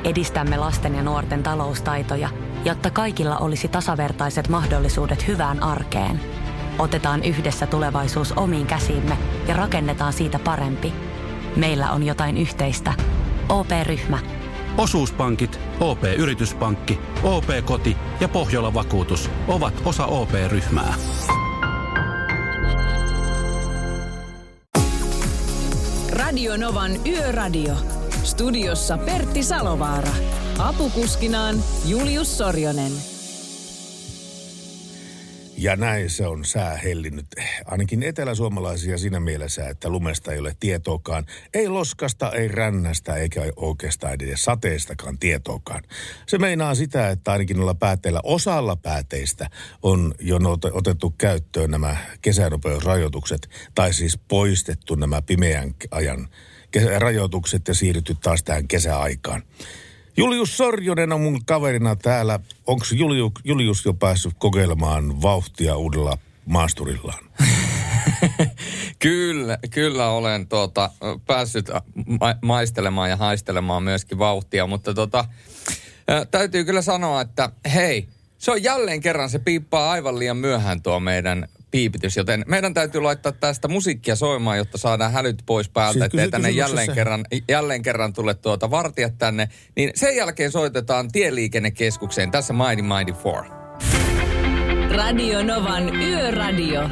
Edistämme lasten ja nuorten taloustaitoja, jotta kaikilla olisi tasavertaiset mahdollisuudet hyvään arkeen. Otetaan yhdessä tulevaisuus omiin käsiimme ja rakennetaan siitä parempi. Meillä on jotain yhteistä. OP-ryhmä. Osuuspankit, OP-yrityspankki, OP-koti ja Pohjola-vakuutus ovat osa OP-ryhmää. Radio Novan Yöradio. Studiossa Pertti Salovaara. Apukuskinaan Julius Sorjonen. Ja näin se on sää hellinnyt. Ainakin eteläsuomalaisia siinä mielessä, että lumesta ei ole tietoakaan. Ei loskasta, ei rännästä, eikä oikeastaan edes sateestakaan tietoakaan. Se meinaa sitä, että ainakin noilla päätteillä, osalla pääteistä on jo otettu käyttöön nämä kesänopeusrajoitukset. Tai siis poistettu nämä pimeän ajan rajoitukset ja siirrytty taas tähän kesäaikaan. Julius Sorjonen on mun kaverina täällä. Onko Julius jo päässyt kokeilemaan vauhtia uudella maasturillaan? Kyllä olen päässyt maistelemaan ja haistelemaan myöskin vauhtia, mutta täytyy kyllä sanoa, että hei, se on jälleen kerran, se piippaa aivan liian myöhään tuo meidän piipitys, joten meidän täytyy laittaa tästä musiikkia soimaan, jotta saadaan hälyt pois päältä, siis ettei tänne jälleen kerran tule vartijat tänne. Niin sen jälkeen soitetaan Tieliikennekeskukseen. Tässä Mighty 4. Radio Novan Yöradio.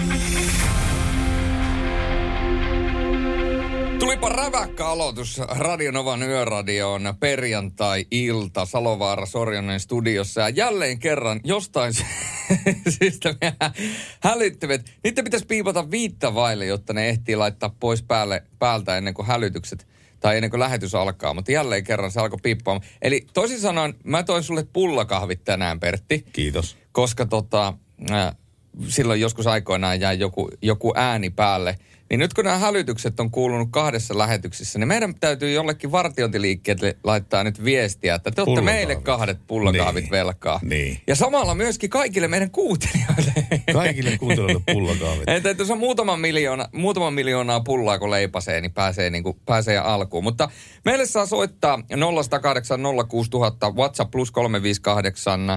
Tulipa räväkkä aloitus Radio Novan Yöradioon perjantai-ilta Salovaara Sorjonen studiossa. Ja jälleen kerran jostain syystä meidän hälyttimet. Niitä pitäisi piipata 5 vaille, jotta ne ehtii laittaa pois päältä ennen kuin hälytykset tai ennen kuin lähetys alkaa. Mutta jälleen kerran se alkoi piippaamaan. Eli toisin sanoen, mä toin sulle pullakahvit tänään, Pertti. Kiitos. Koska silloin joskus aikoinaan jäi joku ääni päälle. Niin nyt kun nämä hälytykset on kuulunut 2 lähetyksissä, niin meidän täytyy jollekin vartiointiliikkeelle laittaa nyt viestiä, että te olette meille 2 pullakaavit velkaa. Niin. Ja samalla myöskin kaikille meidän kuuntelijoille. Kaikille kuuntelijoille pullakaavit. Että jos on muutama miljoonaa pullaa, kun leipasee, niin pääsee alkuun. Mutta meille saa soittaa 0108 06000, WhatsApp +358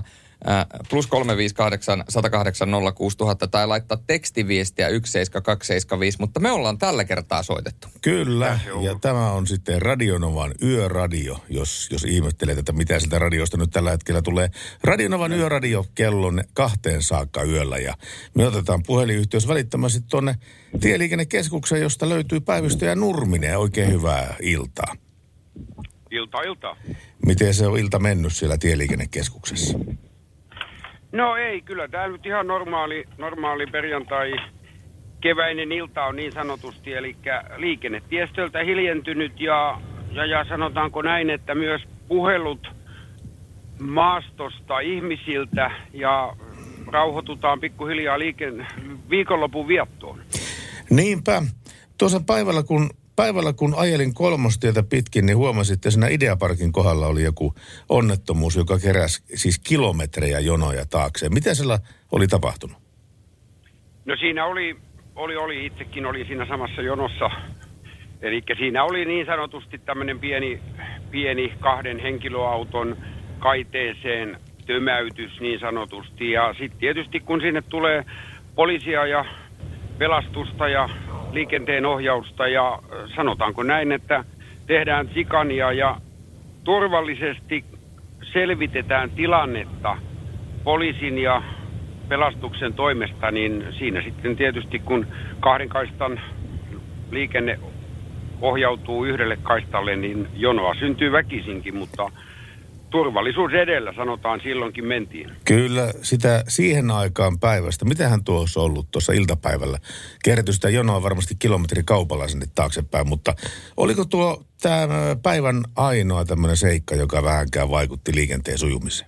+358 108 06000 tai laittaa tekstiviestiä 17275, mutta me ollaan tällä kertaa soitettu. Kyllä, ja tämä on sitten Radio Novan Yöradio, jos ihmettelee, että mitä sieltä radiosta nyt tällä hetkellä tulee. Radio Novan Yöradio kellon 2 saakka yöllä, ja me otetaan puhelinyhteys välittömästi tuonne Tieliikennekeskukseen, josta löytyy päivystäjä Nurminen. Oikein hyvää iltaa. Ilta. Miten se on ilta mennyt siellä Tieliikennekeskuksessa? No ei, kyllä tämä nyt ihan normaali perjantai keväinen ilta on niin sanotusti, eli liikennetiestöltä hiljentynyt ja sanotaanko näin, että myös puhelut maastosta ihmisiltä ja rauhoitutaan pikkuhiljaa viikonlopun viettoon. Niinpä. Tuossa päivällä kun ajelin Kolmostietä pitkin, niin huomasin, että siinä Ideaparkin kohdalla oli joku onnettomuus, joka keräsi siis kilometrejä jonoja taakseen. Mitä siellä oli tapahtunut? No siinä oli itsekin oli siinä samassa jonossa. Eli siinä oli niin sanotusti tämmöinen pieni 2 henkilöauton kaiteeseen tömäytys niin sanotusti. Ja sitten tietysti kun sinne tulee poliisia ja pelastusta ja liikenteen ohjausta ja sanotaanko näin, että tehdään sikania ja turvallisesti selvitetään tilannetta poliisin ja pelastuksen toimesta, niin siinä sitten tietysti kun 2 kaistan liikenne ohjautuu 1 kaistalle, niin jonoa syntyy väkisinkin, mutta turvallisuus edellä, sanotaan, silloinkin mentiin. Kyllä, siihen aikaan päivästä. Mitähän tuossa on ollut tuossa iltapäivällä? Kertyi sitä jonoa varmasti kilometrikaupalla sinne taaksepäin, mutta oliko tämä päivän ainoa tämmöinen seikka, joka vähänkään vaikutti liikenteen sujumiseen?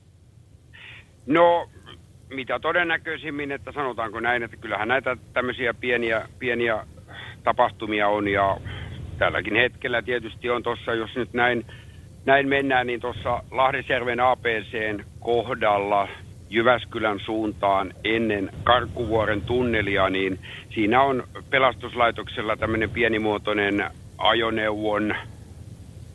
No, mitä todennäköisimmin, että sanotaanko näin, että kyllähän näitä tämmöisiä pieniä tapahtumia on ja tälläkin hetkellä tietysti on tuossa, jos nyt näin mennään, niin tuossa Lahdesjärven APC:n kohdalla Jyväskylän suuntaan ennen Karkkuvuoren tunnelia, niin siinä on pelastuslaitoksella tämmöinen pienimuotoinen ajoneuvon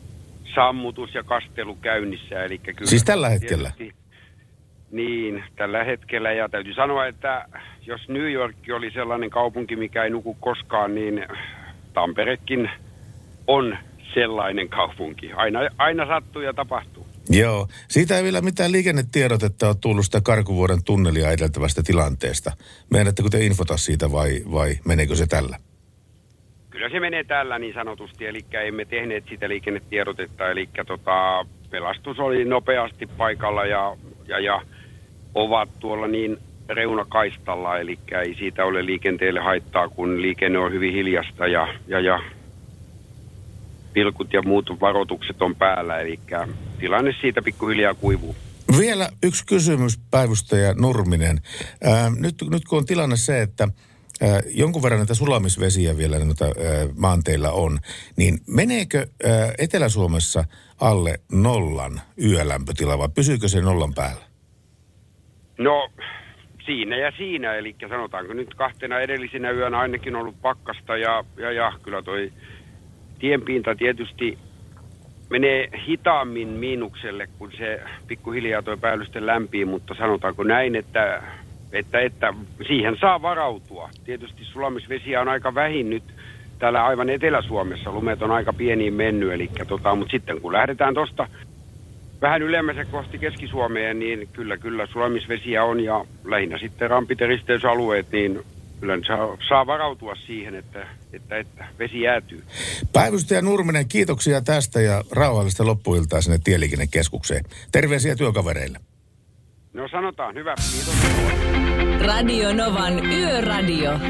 sammutus ja kastelu käynnissä. Eli kyllä siis tällä hetkellä? Niin, tällä hetkellä. Ja täytyy sanoa, että jos New York oli sellainen kaupunki, mikä ei nuku koskaan, niin Tamperekin on sellainen kaupunki. Aina sattuu ja tapahtuu. Joo. Siitä ei vielä mitään liikennetiedotetta ole tullut sitä Karkuvuoren tunnelia edeltävästä tilanteesta. Meidättekö te infota siitä vai meneekö se tällä? Kyllä se menee tällä niin sanotusti, eli emme tehneet sitä liikennetiedotetta, eli pelastus oli nopeasti paikalla ja ovat tuolla niin reunakaistalla, eli ei siitä ole liikenteelle haittaa, kun liikenne on hyvin hiljasta ja pilkut ja muut varoitukset on päällä, eli tilanne siitä pikkuhiljaa kuivuu. Vielä yksi kysymys, päivystäjä Nurminen. Nyt kun on tilanne se, että jonkun verran näitä sulamisvesiä vielä noita maanteilla on, niin meneekö Etelä-Suomessa alle 0 yölämpötila vai pysyykö se 0 päällä? No siinä ja siinä, eli sanotaanko nyt 2 edellisenä yönä ainakin ollut pakkasta ja kyllä toi tienpinta tietysti menee hitaammin miinukselle, kun se pikkuhiljaa toi päällyste lämpii, mutta sanotaanko näin, että siihen saa varautua. Tietysti sulamisvesiä on aika vähin nyt täällä aivan Etelä-Suomessa. Lumet on aika pieniin mennyt, mutta sitten kun lähdetään tuosta vähän ylemmässä kohti Keski-Suomeen, niin kyllä sulamisvesiä on ja lähinnä sitten rampit ja risteysalueet, niin kyllä saa varautua siihen, että vesi jäätyy. Päivystäjä Nurminen, kiitoksia tästä ja rauhallista loppuiltaa sinne Tieliikennekeskukseen. Terveisiä työkavereille. No sanotaan, hyvä. Kiitos. Radio Novan Yöradio.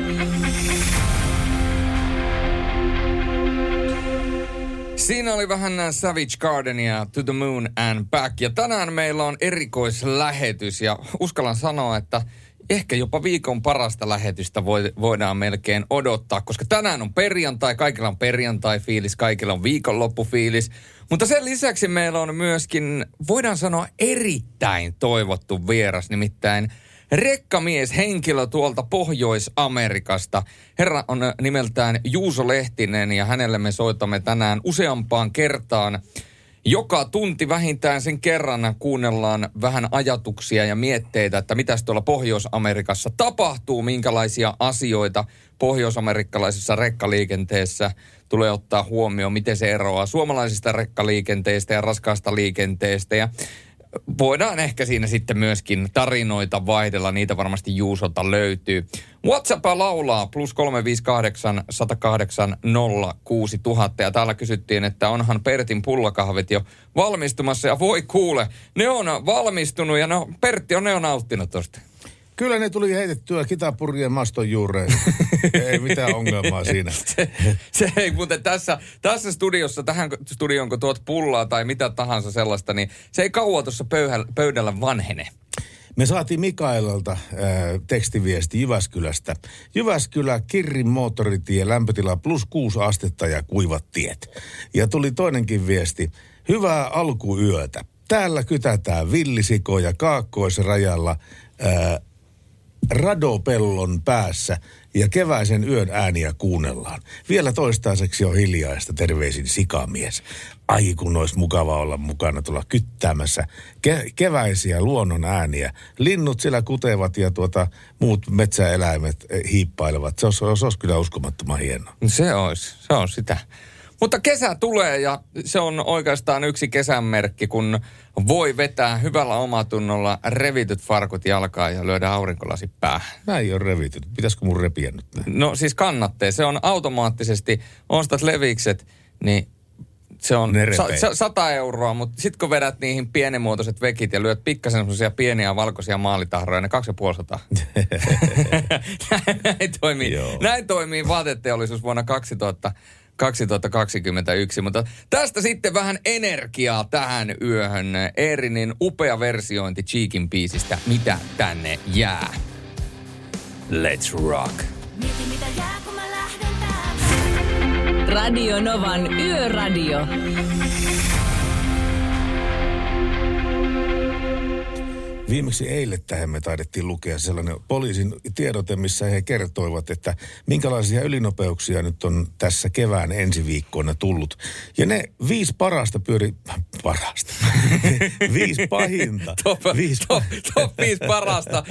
Siinä oli vähän Savage Gardenia, To the Moon and Back. Ja tänään meillä on erikoislähetys ja uskallan sanoa, että ehkä jopa viikon parasta lähetystä voidaan melkein odottaa, koska tänään on perjantai, kaikilla on perjantai-fiilis, kaikilla on viikonloppufiilis. Mutta sen lisäksi meillä on myöskin, voidaan sanoa, erittäin toivottu vieras, nimittäin rekkamies henkilö tuolta Pohjois-Amerikasta. Herra on nimeltään Juuso Lehtinen ja hänelle me soitamme tänään useampaan kertaan. Joka tunti vähintään sen kerran kuunnellaan vähän ajatuksia ja mietteitä, että mitäs tuolla Pohjois-Amerikassa tapahtuu, minkälaisia asioita pohjois-amerikkalaisessa rekkaliikenteessä tulee ottaa huomioon, miten se eroaa suomalaisesta rekkaliikenteestä ja raskaasta liikenteestä. Ja voidaan ehkä siinä sitten myöskin tarinoita vaihdella, niitä varmasti Juusolta löytyy. WhatsApp laulaa +358 108 06000 ja täällä kysyttiin, että onhan Pertin pullakahvit jo valmistumassa ja voi kuule, ne on valmistunut ja Pertti on ne on nauttinut tosta. Kyllä ne tuli heitettyä kitapurjien maston juureen. Ei mitään ongelmaa siinä. Se ei muuten tässä studiossa, tähän studioon kun tuot pullaa tai mitä tahansa sellaista, niin se ei kauan tuossa pöydällä vanhene. Me saatiin Mikaelalta tekstiviesti Jyväskylästä. Jyväskylä, Kirrin moottoritie, lämpötila +6 astetta ja kuivat tiet. Ja tuli toinenkin viesti. Hyvää alkuyötä. Täällä kytätään villisikoja kaakkoisrajalla radopellon päässä ja keväisen yön ääniä kuunnellaan. Vielä toistaiseksi on hiljaista, terveisin sikamies. Ai kun olisi mukava olla mukana tulla kyttäämässä keväisiä luonnon ääniä. Linnut siellä kutevat ja muut metsäeläimet hiippailevat. Se olisi kyllä uskomattoman hienoa. Se on sitä. Mutta kesä tulee ja se on oikeastaan yksi kesän merkki, kun voi vetää hyvällä omatunnolla revityt farkut jalkaan ja lyödä aurinkolasit päähän. Näin on revityt. Pitäisikö mun repiä nyt? No siis kannattaa. Se on automaattisesti, ostat levikset, niin se on 100 €, mutta sitten kun vedät niihin pienimuotoiset vekit ja lyöt pikkasen semmoisia pieniä valkoisia maalitahroja, ne 250. Näin toimii vaateteollisuus vuonna 2021, mutta tästä sitten vähän energiaa tähän yöhön. Eerinin upea versiointi Cheekin biisistä Mitä tänne jää. Let's rock. Mieti mitä jää, kun mä lähden täältä. Radio Novan Yöradio. Viimeksi eilettäin me taidettiin lukea sellainen poliisin tiedote, missä he kertoivat, että minkälaisia ylinopeuksia nyt on tässä kevään ensi viikkoina tullut. Ja ne 5 pahinta. Top 5 parasta.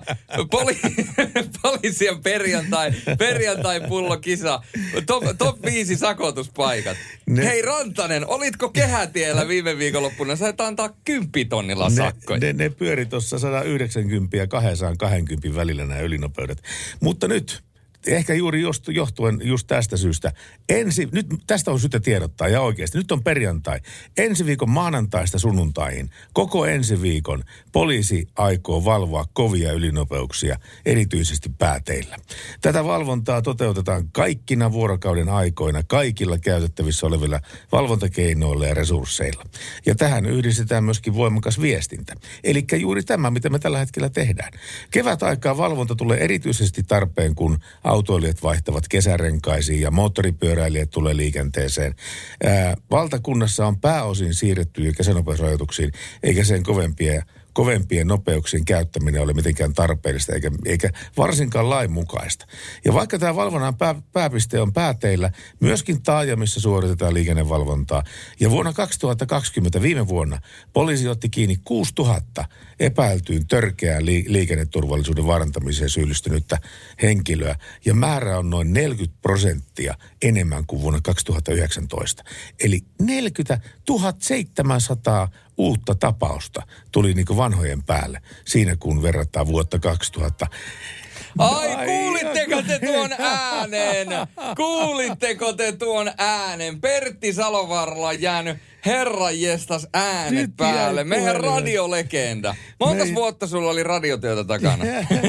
Poliisien perjantai pullokisa. Top 5 sakotuspaikat. Hei Rantanen, olitko Kehätiellä viime viikonloppuna? Sait antaa 10 000 sakkoja. Ne pyöri tuossa 190 ja 220 välillä nämä ylinopeudet. Mutta nyt, ehkä juuri johtuen just tästä syystä, nyt tästä on syytä tiedottaa ja oikeasti, nyt on perjantai. Ensi viikon maanantaista sunnuntaihin, koko ensi viikon poliisi aikoo valvoa kovia ylinopeuksia, erityisesti pääteillä. Tätä valvontaa toteutetaan kaikkina vuorokauden aikoina, kaikilla käytettävissä olevilla valvontakeinoilla ja resursseilla. Ja tähän yhdistetään myöskin voimakas viestintä. Eli juuri tämä, mitä me tällä hetkellä tehdään. Kevätaikaa valvonta tulee erityisesti tarpeen, kun autoilijat vaihtavat kesärenkaisiin ja moottoripyöräilijät tulee liikenteeseen. Valtakunnassa on pääosin siirretty jo kesänopeusrajoituksiin, eikä sen kovempien nopeuksien käyttäminen ole mitenkään tarpeellista eikä varsinkaan lainmukaista. Ja vaikka tämä valvonnan pääpiste on pääteillä, myöskin taajamissa suoritetaan liikennevalvontaa. Ja vuonna 2020, viime vuonna, poliisi otti kiinni 6000 epäiltyyn törkeään liikenneturvallisuuden vaarantamiseen syyllistynyttä henkilöä. Ja määrä on noin 40% enemmän kuin vuonna 2019. Eli 40 700 uutta tapausta tuli niin kuin vanhojen päälle siinä, kun verrataan vuotta 2000. Ai, kuulitteko te tuon äänen? Kuulitteko te tuon äänen? Pertti Salovaaralla on jäänyt herranjestas äänet nyt päälle. Meidän radiolegenda. Montas vuotta sulla oli radiotyötä takana?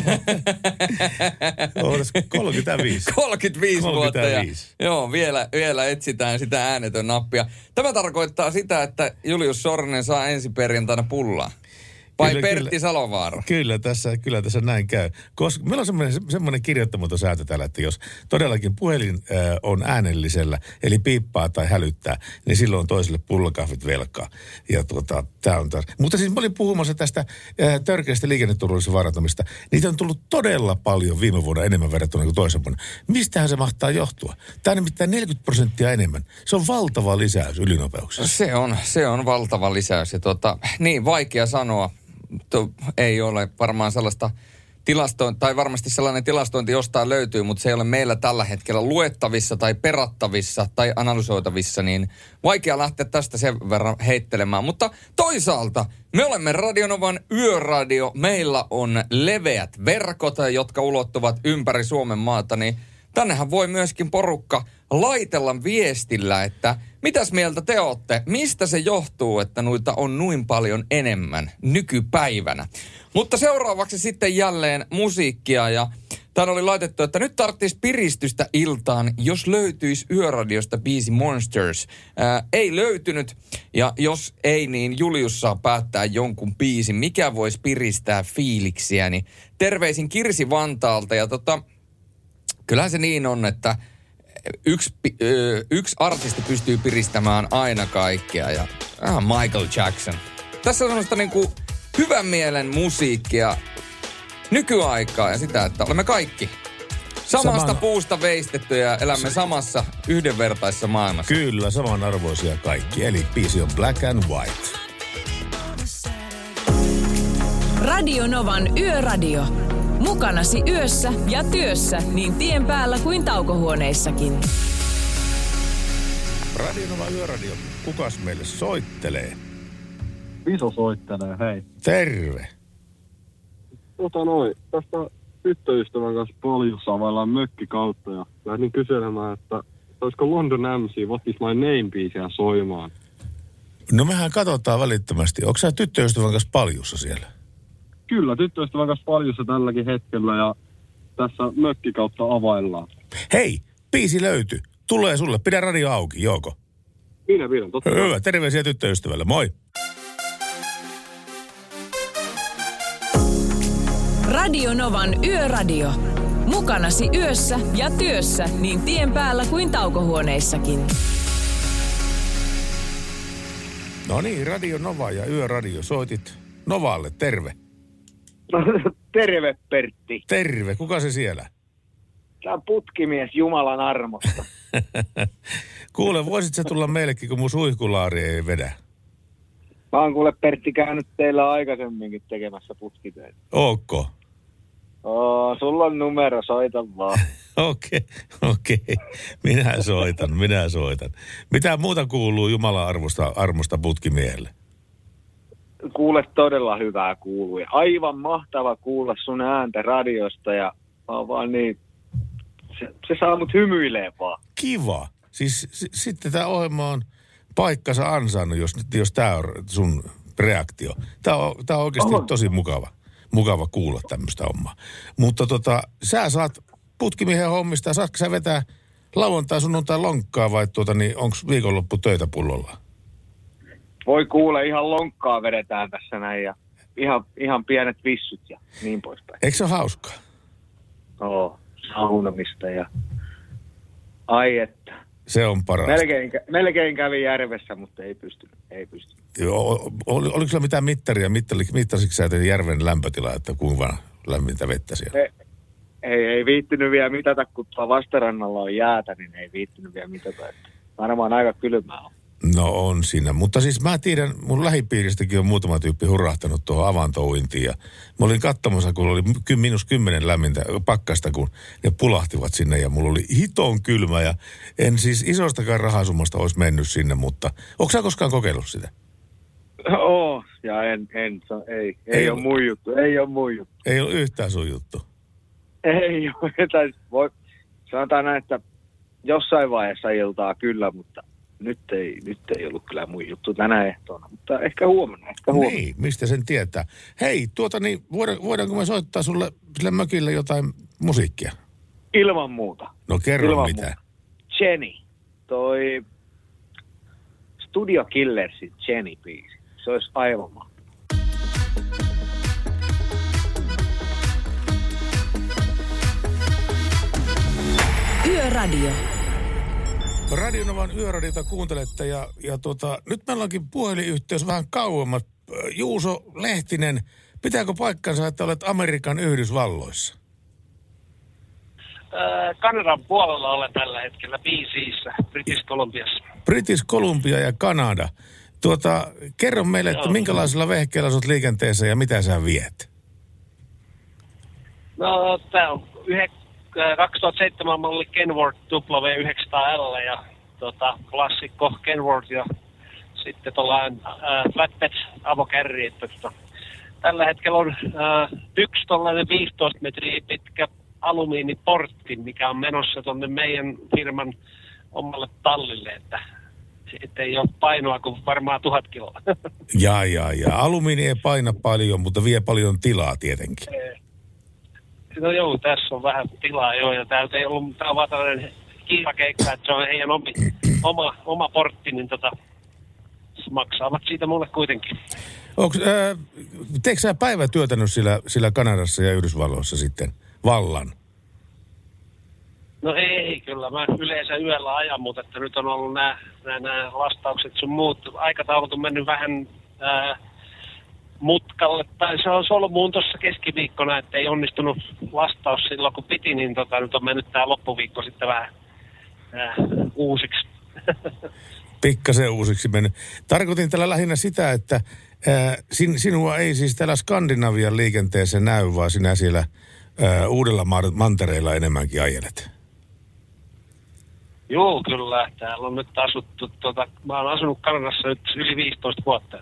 35. 35 vuotta. Ja, joo, vielä etsitään sitä äänetön nappia. Tämä tarkoittaa sitä, että Julius Sornen saa ensi perjantaina pullaa. Vai Pertti Salovaara? Kyllä tässä näin käy. Koska meillä on semmoinen kirjoittamaton säätö täällä, että jos todellakin puhelin on äänellisellä, eli piippaa tai hälyttää, niin silloin toiselle pullakahvit velkaa. Ja tämä on taas. Mutta siis mä olin puhumassa tästä törkeästä liikenneturvallisuuden vaarantamista. Niitä on tullut todella paljon viime vuonna enemmän verrattuna kuin toisen vuonna. Mistähän se mahtaa johtua? Tämä on nimittäin 40% enemmän. Se on valtava lisäys ylinopeuksissa. Se on valtava lisäys. Ja niin vaikea sanoa. Ei ole varmaan sellaista tilastointia, tai varmasti sellainen tilastointi jostain löytyy, mutta se ei ole meillä tällä hetkellä luettavissa tai perattavissa tai analysoitavissa, niin vaikea lähteä tästä sen verran heittelemään. Mutta toisaalta me olemme Radio Novan yöradio, meillä on leveät verkot, jotka ulottuvat ympäri Suomen maata, niin tännehän voi myöskin porukka laitella viestillä, että mitäs mieltä te olette? Mistä se johtuu, että noita on noin paljon enemmän nykypäivänä? Mutta seuraavaksi sitten jälleen musiikkia ja täällä oli laitettu, että nyt tarvitsisi piristystä iltaan, jos löytyisi yöradiosta biisi Monsters. Ei löytynyt ja jos ei, niin Julius saa päättää jonkun biisin, mikä voisi piristää fiiliksiä. Niin terveisin Kirsi Vantaalta ja kyllähän se niin on, että yksi artisti pystyy piristämään aina kaikkea ja Michael Jackson. Tässä on semmoista niinku hyvän mielen musiikkia nykyaikaa ja sitä, että olemme kaikki samasta puusta veistetty ja elämme samassa yhdenvertaisessa maailmassa. Kyllä, samanarvoisia kaikki. Eli biisi on Black and White. Radio Novan Yöradio. Mukanasi yössä ja työssä niin tien päällä kuin taukohuoneissakin. Radio Nova Yöradio. Kukas meille soittelee? Viso soittelee, hei. Terve. Tästä tyttöystävän kanssa paljon savaillaan mökkikautta ja lähdin kyselemään, että olisiko London MC, What is my name-biisiä soimaan. No mehän katsotaan välittömästi. Onko sä tyttöystävän kanssa paljussa siellä? Kyllä, tyttöystävän kanssa paljussa tälläkin hetkellä ja tässä mökkikautta availlaan. Hei, biisi löytyi. Tulee sulle. Pidä radio auki, Jouko. Minä pidän, totta. Hyvä, terveisiä tyttöystävälle. Moi. Radio Novan Yöradio. Mukanasi yössä ja työssä niin tien päällä kuin taukohuoneissakin. No niin, Radio Nova ja Yöradio. Soitit Novalle, terve. Terve Pertti. Terve, kuka se siellä? Tää on putkimies Jumalan armosta. Kuule, voisit sä tulla meillekin, kun mun suihkulaari ei vedä? Mä oon kuule Pertti käynyt teillä aikaisemminkin tekemässä putkitöitä. Ootko? Sulla on numero, soita vaan. Okei. Minä soitan. Mitä muuta kuuluu Jumalan armosta putkimiehelle? Kuule, todella hyvää kuuluu. Ja aivan mahtava kuulla sun ääntä radiosta ja vaan niin, se saa mut hymyilee vaan. Kiva. Siis sitten tämä ohjelma on paikkansa ansainnut, jos tämä on sun reaktio. Tämä on oikeasti tosi mukava kuulla tämmöistä hommaa. Mutta sä saat putkimiehen hommista ja saatko sä vetää lauantai, sunnuntai lonkkaa vai onko viikonloppu töitä pullolla? Voi kuule, ihan lonkkaa vedetään tässä näin ja ihan pienet vissyt ja niin poispäin. Eikö se ole hauskaa? Saunamista ja ai että. Se on parasta. Melkein kävi järvessä, mutta ei pystynyt. Joo, oliko sulla mitään mittaria? Mittasitko sä järven lämpötilaa, että kuinka lämmintä vettä siellä? Ei viittynyt vielä mitata, kun vastarannalla on jäätä, niin ei viittynyt vielä mitata. Varmaan aika kylmää on. No on siinä, mutta siis mä tiedän, mun lähipiiristäkin on muutama tyyppi hurahtanut tuohon avantouintiin ja mä olin katsomassa, kun oli -10 lämmintä pakkasta, kun ne pulahtivat sinne ja mulla oli hiton kylmä ja en siis isostakaan rahasummasta olisi mennyt sinne, mutta onko sä koskaan kokeillut sitä? Ja ei ole mun juttu, ei ole yhtään sun juttu. Ei ole, sanotaan näin, että jossain vaiheessa iltaa kyllä, mutta nyt ei ollut kyllä mun juttu tänä ehtoona, mutta ehkä huomenna. Niin, mistä sen tietää. Hei, voidaanko me soittaa sille mökille jotain musiikkia? Ilman muuta. No kerro mitä. Jenny, toi Studio Killersin Jenny-biisi. Se olisi aivan mahtavaa. Yöradio. Radio Novan Yöradiota kuuntelette ja nyt meillä onkin puhelinyhteys vähän kauemmat. Juuso Lehtinen, pitääkö paikkansa, että olet Amerikan Yhdysvalloissa? Kanadan puolella olen tällä hetkellä BC:ssä, British Columbiassa. British Columbia ja Kanada. Kerro meille, että minkälaisella vehkeellä olet liikenteessä ja mitä sä viet? No, tää on 2007 malli Kenworth W900L ja klassikko Kenworth ja sitten tuollainen flatbed avokärri. Tällä hetkellä on yksi tollainen 15 metriä pitkä alumiiniportti, mikä on menossa tuonne meidän firman omalle tallille, että ei ole painoa kuin varmaan 1000 kiloa. Ja. Alumiini ei paina paljon, mutta vie paljon tilaa tietenkin. No joo, tässä on vähän tilaa joo, ja tää on vaan tällainen kiivakeikka, että se on heidän oma portti, niin maksaavat siitä mulle kuitenkin. Teekö sä päivätyötänyt sillä Kanadassa ja Yhdysvalloissa sitten vallan? No ei, kyllä mä yleensä yöllä ajan, mutta että nyt on ollut nämä lastaukset sun muut. Aikataulut on mennyt vähän mutkalle, tai se on solmuun tuossa keskiviikkona, että ei onnistunut lastaus silloin kun piti, niin nyt on mennyt tää loppuviikko sitten vähän uusiksi. Pikkasen uusiksi mennyt. Tarkoitin tällä lähinnä sitä, että sinua ei siis täällä Skandinavian liikenteessä näy, vaan sinä siellä uudella mantereilla enemmänkin ajelet. Joo, kyllä. Täällä on nyt asuttu, mä oon asunut Kanadassa nyt yli 15 vuotta.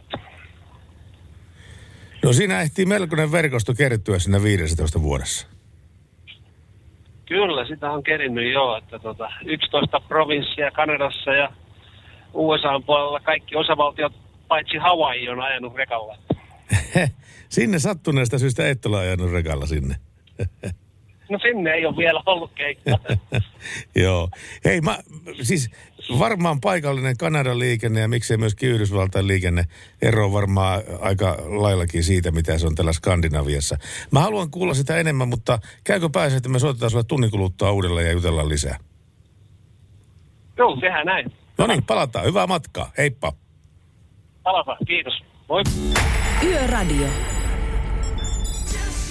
No siinä ehtii melkoinen verkosto kertyä siinä 15 vuodessa. Kyllä, sitä on kerinnyt joo, että 11 provinssia Kanadassa ja USA:n puolella kaikki osavaltiot paitsi Hawaii on ajanut rekalla. Sinne sattuneesta syystä et ole ajanut rekalla sinne. No sinne ei ole vielä ollut keikkaa. Joo. Hei, siis varmaan paikallinen Kanadan liikenne ja miksei myöskin Yhdysvaltain liikenne eroaa varmaan aika laillakin siitä, mitä se on täällä Skandinaviassa. Mä haluan kuulla sitä enemmän, mutta käykö pääse, että me soitetaan sulle tunnin kuluttua uudelleen ja jutellaan lisää? Joo, tehdään näin. No niin, palataan. Hyvää matkaa. Heippa. Palataan, kiitos. Moi. Yöradio.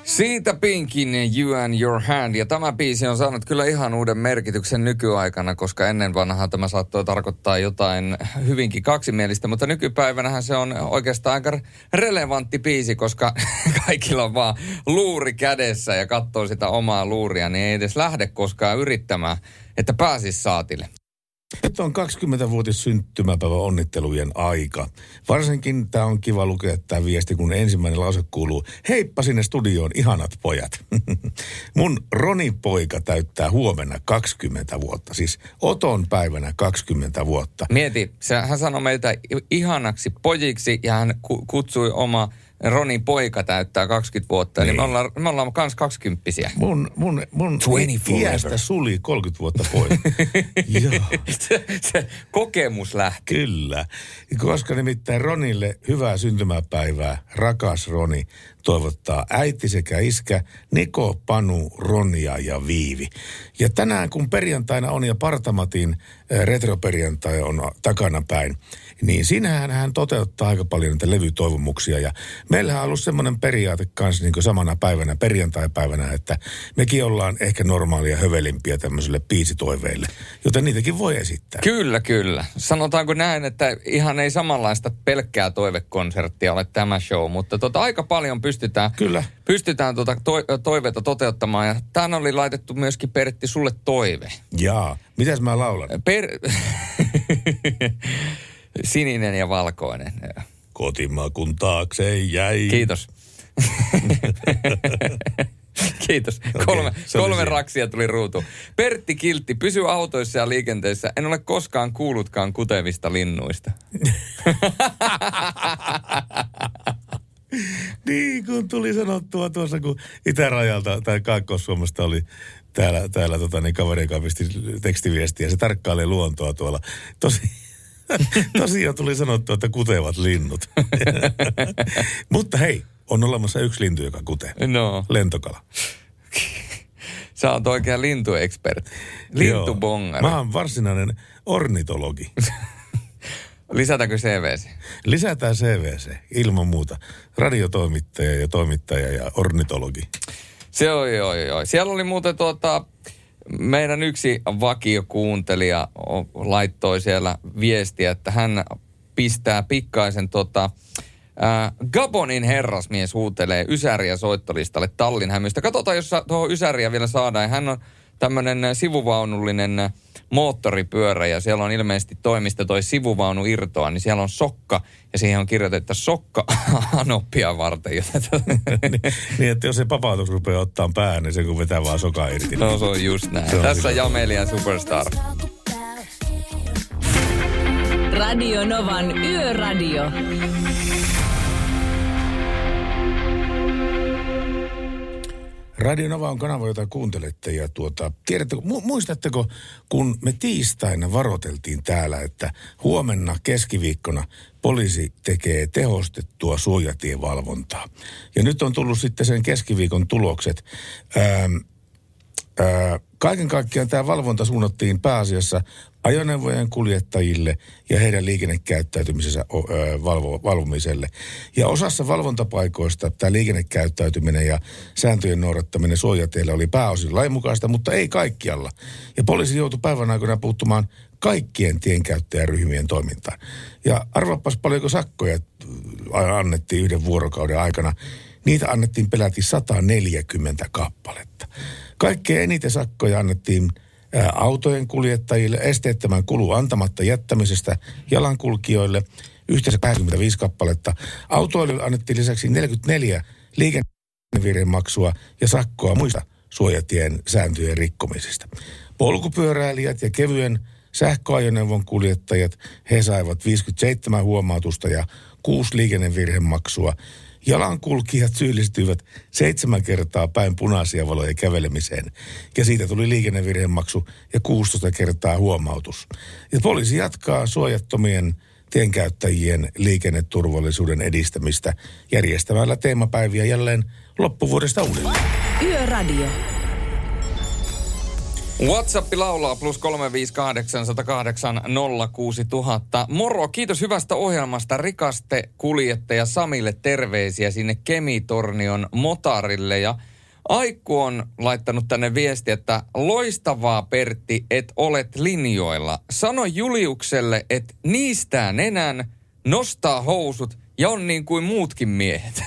Siitä Pinkin You and Your Hand. Ja tämä biisi on saanut kyllä ihan uuden merkityksen nykyaikana, koska ennen vanhaa tämä saattoi tarkoittaa jotain hyvinkin kaksimielistä, mutta nykypäivänähän se on oikeastaan aika relevantti biisi, koska kaikilla on vaan luuri kädessä ja katsoo sitä omaa luuria, niin ei edes lähde koskaan yrittämään, että pääsisi saatille. Nyt on 20-vuotis syntymäpäivä onnittelujen aika. Varsinkin tämä on kiva lukea tämä viesti, kun ensimmäinen lause kuuluu: heippa sinne studioon, ihanat pojat. Mun Roni-poika täyttää huomenna 20 vuotta, siis Oton päivänä 20 vuotta. Mieti, hän sanoi meitä ihanaksi pojiksi ja hän kutsui oma Ronin poika täyttää 20 vuotta, niin. Eli me ollaan kans 20-vuotiaita. Mun iästä suli 30 vuotta pois. se kokemus lähti. Kyllä, koska nimittäin Ronille hyvää syntymäpäivää, rakas Roni, toivottaa äiti sekä iskä Niko, Panu, Ronja ja Viivi. Ja tänään kun perjantaina on ja Partamatin retroperjantai on takanapäin, niin siinähän hän toteuttaa aika paljon niitä levytoivomuksia. Ja meillähän on ollut semmoinen periaate kanssa niin kuin samana päivänä, perjantai-päivänä, että mekin ollaan ehkä normaalia hövelimpiä tämmöisille biisitoiveille, joten niitäkin voi esittää. Kyllä, kyllä. Sanotaanko näin, että ihan ei samanlaista pelkkää toivekonserttia ole tämä show, mutta aika paljon pystytään toiveita toteuttamaan. Ja tämän oli laitettu myöskin, Pertti, sulle toive. Jaa, mitäs mä laulan? Sininen ja valkoinen. Kotimaa kun taakse jäi. Kiitos. Kiitos. Kolme raksia tuli ruutuun. Pertti Kiltti, pysy autoissa ja liikenteessä. En ole koskaan kuullutkaan kutevista linnuista. Niin, kun tuli sanottua tuossa, kun itärajalta tai Kaakkois-Suomesta oli täällä kaverin kanssa pisti tekstiviestiä. Se tarkkailee luontoa tuolla. Tosiaan tuli sanottua, että kutevat linnut. Mutta hei, on olemassa yksi lintu, joka kutee. No. Lentokala. Sä oot oikein lintuekspertti. Lintubongari. Mä oon varsinainen ornitologi. Lisätäänkö CVC? Lisätään CVC, ilman muuta. Radiotoimittaja ja ornitologi. Se oi. Siellä oli muuten meidän yksi vakiokuuntelija laittoi siellä viestiä, että hän pistää pikkaisen Gabonin herrasmies huutelee Ysäriä soittolistalle Tallinhämystä. Katsotaan, jos tuohon Ysäriä vielä saadaan. Hän on tämmöinen sivuvaunullinen moottoripyörä ja siellä on ilmeisesti toimista toi sivuvaunu irtoa, niin siellä on sokka ja siihen on kirjoitettu sokka anoppia varten. Niin, että jos se papautus rupeaa ottaa päähän, niin se kun vetää vaan sokaa irti. No se on just näin. Tässä on Jamelia Superstar. Radio Novan Yöradio. Radio Nova on kanava, jota kuuntelette ja tiedättekö, muistatteko, kun me tiistaina varoiteltiin täällä, että huomenna keskiviikkona poliisi tekee tehostettua suojatievalvontaa. Ja nyt on tullut sitten sen keskiviikon tulokset. Kaiken kaikkiaan tämä valvonta suunnattiin pääasiassa ajoneuvojen kuljettajille ja heidän liikennekäyttäytymisensä valvomiselle. Ja osassa valvontapaikoista tämä liikennekäyttäytyminen ja sääntöjen noudattaminen suojateille oli pääosin lainmukaista, mutta ei kaikkialla. Ja poliisi joutui päivän aikana puuttumaan kaikkien tienkäyttäjäryhmien toimintaan. Ja arvapas paljonko sakkoja annettiin yhden vuorokauden aikana. Niitä annettiin peläti 140 kappaletta. Kaikkein eniten sakkoja annettiin autojen kuljettajille, esteettömän kulun antamatta jättämisestä jalankulkijoille, yhteensä 85 kappaletta. Autoille annettiin lisäksi 44 liikennevirhemaksua ja sakkoa muista suojatien sääntöjen rikkomisesta. Polkupyöräilijät ja kevyen sähköajoneuvon kuljettajat, he saivat 57 huomautusta ja 6 liikennevirhemaksua. Jalankulkijat syyllistyivät 7 kertaa päin punaisia valoja kävelemiseen. Ja siitä tuli liikennevirhemaksu ja 16 kertaa huomautus. Ja poliisi jatkaa suojattomien tienkäyttäjien liikenneturvallisuuden edistämistä järjestämällä teemapäiviä jälleen loppuvuodesta uudelleen. Yöradio. WhatsApp laulaa +358 108 06000. Moro, kiitos hyvästä ohjelmasta. Rikaste kuljettaja Samille terveisiä sinne Kemitornion motarille. Ja Aikku on laittanut tänne viesti, että loistavaa Pertti, et olet linjoilla. Sano Juliukselle, että niistää nenän, nostaa housut ja on niin kuin muutkin miehet.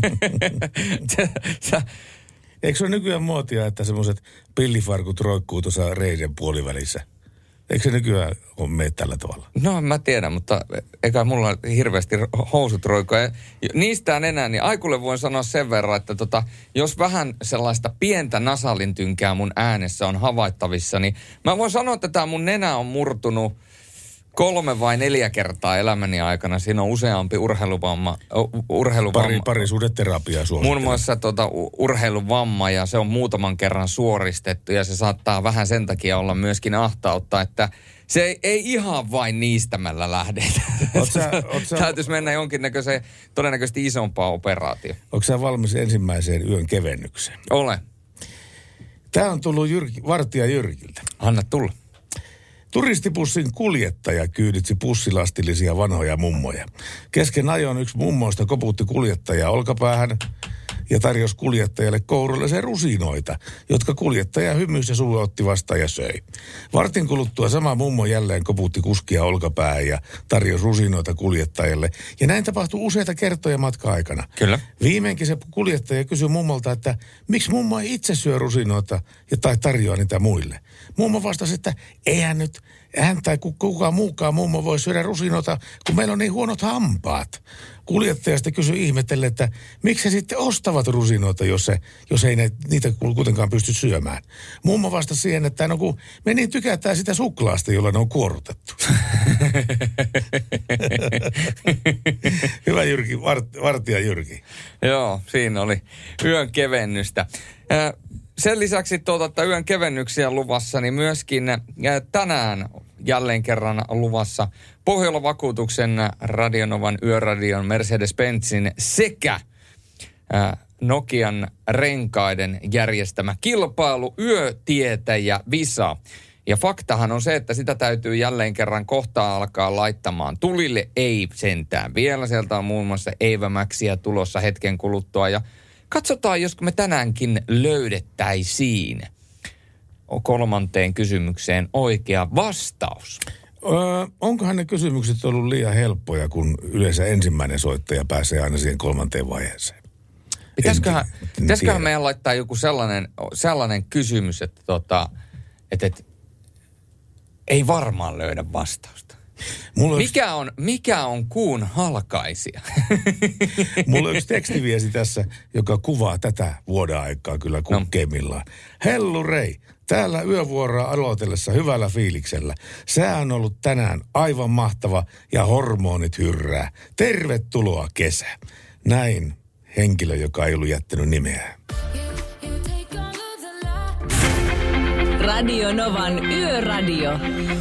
Eikö se ole nykyään muotia, että semmoiset pillifarkut roikkuu tuossa reiden puolivälissä? Eikö se nykyään mene tällä tavalla? No mä tiedän, mutta eikä mulla hirveästi housut roikkoa. Niistään enää, niin Aikulle voin sanoa sen verran, että jos vähän sellaista pientä nasalintynkää mun äänessä on havaittavissa, niin mä voin sanoa, että tämä mun nenä on murtunut 3 vai 4 kertaa elämäni aikana. Siinä on useampi urheiluvamma. Parisuhdeterapiaa suosittelen. Muun muassa urheiluvamma, ja se on muutaman kerran suoristettu, ja se saattaa vähän sen takia olla myöskin ahtautta, että se ei ihan vain niistämällä lähdetä. Täytyisi mennä jonkinnäköiseen todennäköisesti isompaan operaatioon. Onko sä valmis ensimmäiseen yön kevennykseen? Olen. Tämä on tullut Vartija Jyrkiltä. Anna tulla. Turistipussin kuljettaja kyyditsi pussilastillisia vanhoja mummoja. Kesken ajon yksi mummoista koputti kuljettajaa olkapäähän ja tarjosi kuljettajalle kourullisen rusinoita, jotka kuljettaja hymyisi ja suotti vastaan ja söi. Vartin kuluttua sama mummo jälleen koputti kuskia olkapäähän ja tarjosi rusinoita kuljettajalle. Ja näin tapahtui useita kertoja matka-aikana. Kyllä. Viimeinkin se kuljettaja kysyi mummolta, että miksi mummo ei itse syö rusinoita tai tarjoaa niitä muille. Mummo vastasi, että eihän nyt hän tai kukaan muukaan mummo voi syödä rusinoita, kun meillä on niin huonot hampaat. Kuljettaja sitten kysyi ihmetelle, että miksi he sitten ostavat rusinoita, jos ei niitä kuitenkaan pysty syömään. Mummo vastasi siihen, että no kun me niin tykätään sitä suklaasta, jolla ne on kuorutettu. Hyvä Jyrki, Vartija Jyrki. Joo, siinä oli yön kevennystä. Sen lisäksi että yön kevennyksiä luvassa, niin myöskin tänään jälleen kerran luvassa Pohjola-vakuutuksen, Radionovan, Yöradion, Mercedes-Benzin sekä Nokian renkaiden järjestämä kilpailu Yötietäjä Visa. Ja faktahan on se, että sitä täytyy jälleen kerran kohta alkaa laittamaan tulille. Ei sentään vielä. Sieltä on muun muassa Eivämäksiä tulossa hetken kuluttua. Ja katsotaan, josko me tänäänkin löydettäisiin 3. kysymykseen oikea vastaus. Onkohan ne kysymykset ollut liian helppoja, kun yleensä ensimmäinen soittaja pääsee aina siihen 3. vaiheeseen? Pitäisiköhän meidän laittaa joku sellainen kysymys, että ei varmaan löydä vastausta. Mikä on kuun halkaisija? Mulla on yksi tekstiviesti tässä, joka kuvaa tätä vuodenaikaa kyllä kukkeimmillaan. Hellu Rei, täällä yövuoroa aloitellessa hyvällä fiiliksellä. Sää on ollut tänään aivan mahtava ja hormonit hyrrää. Tervetuloa kesä. Näin henkilö, joka ei ollut jättänyt nimeä. Radio Novan Yöradio.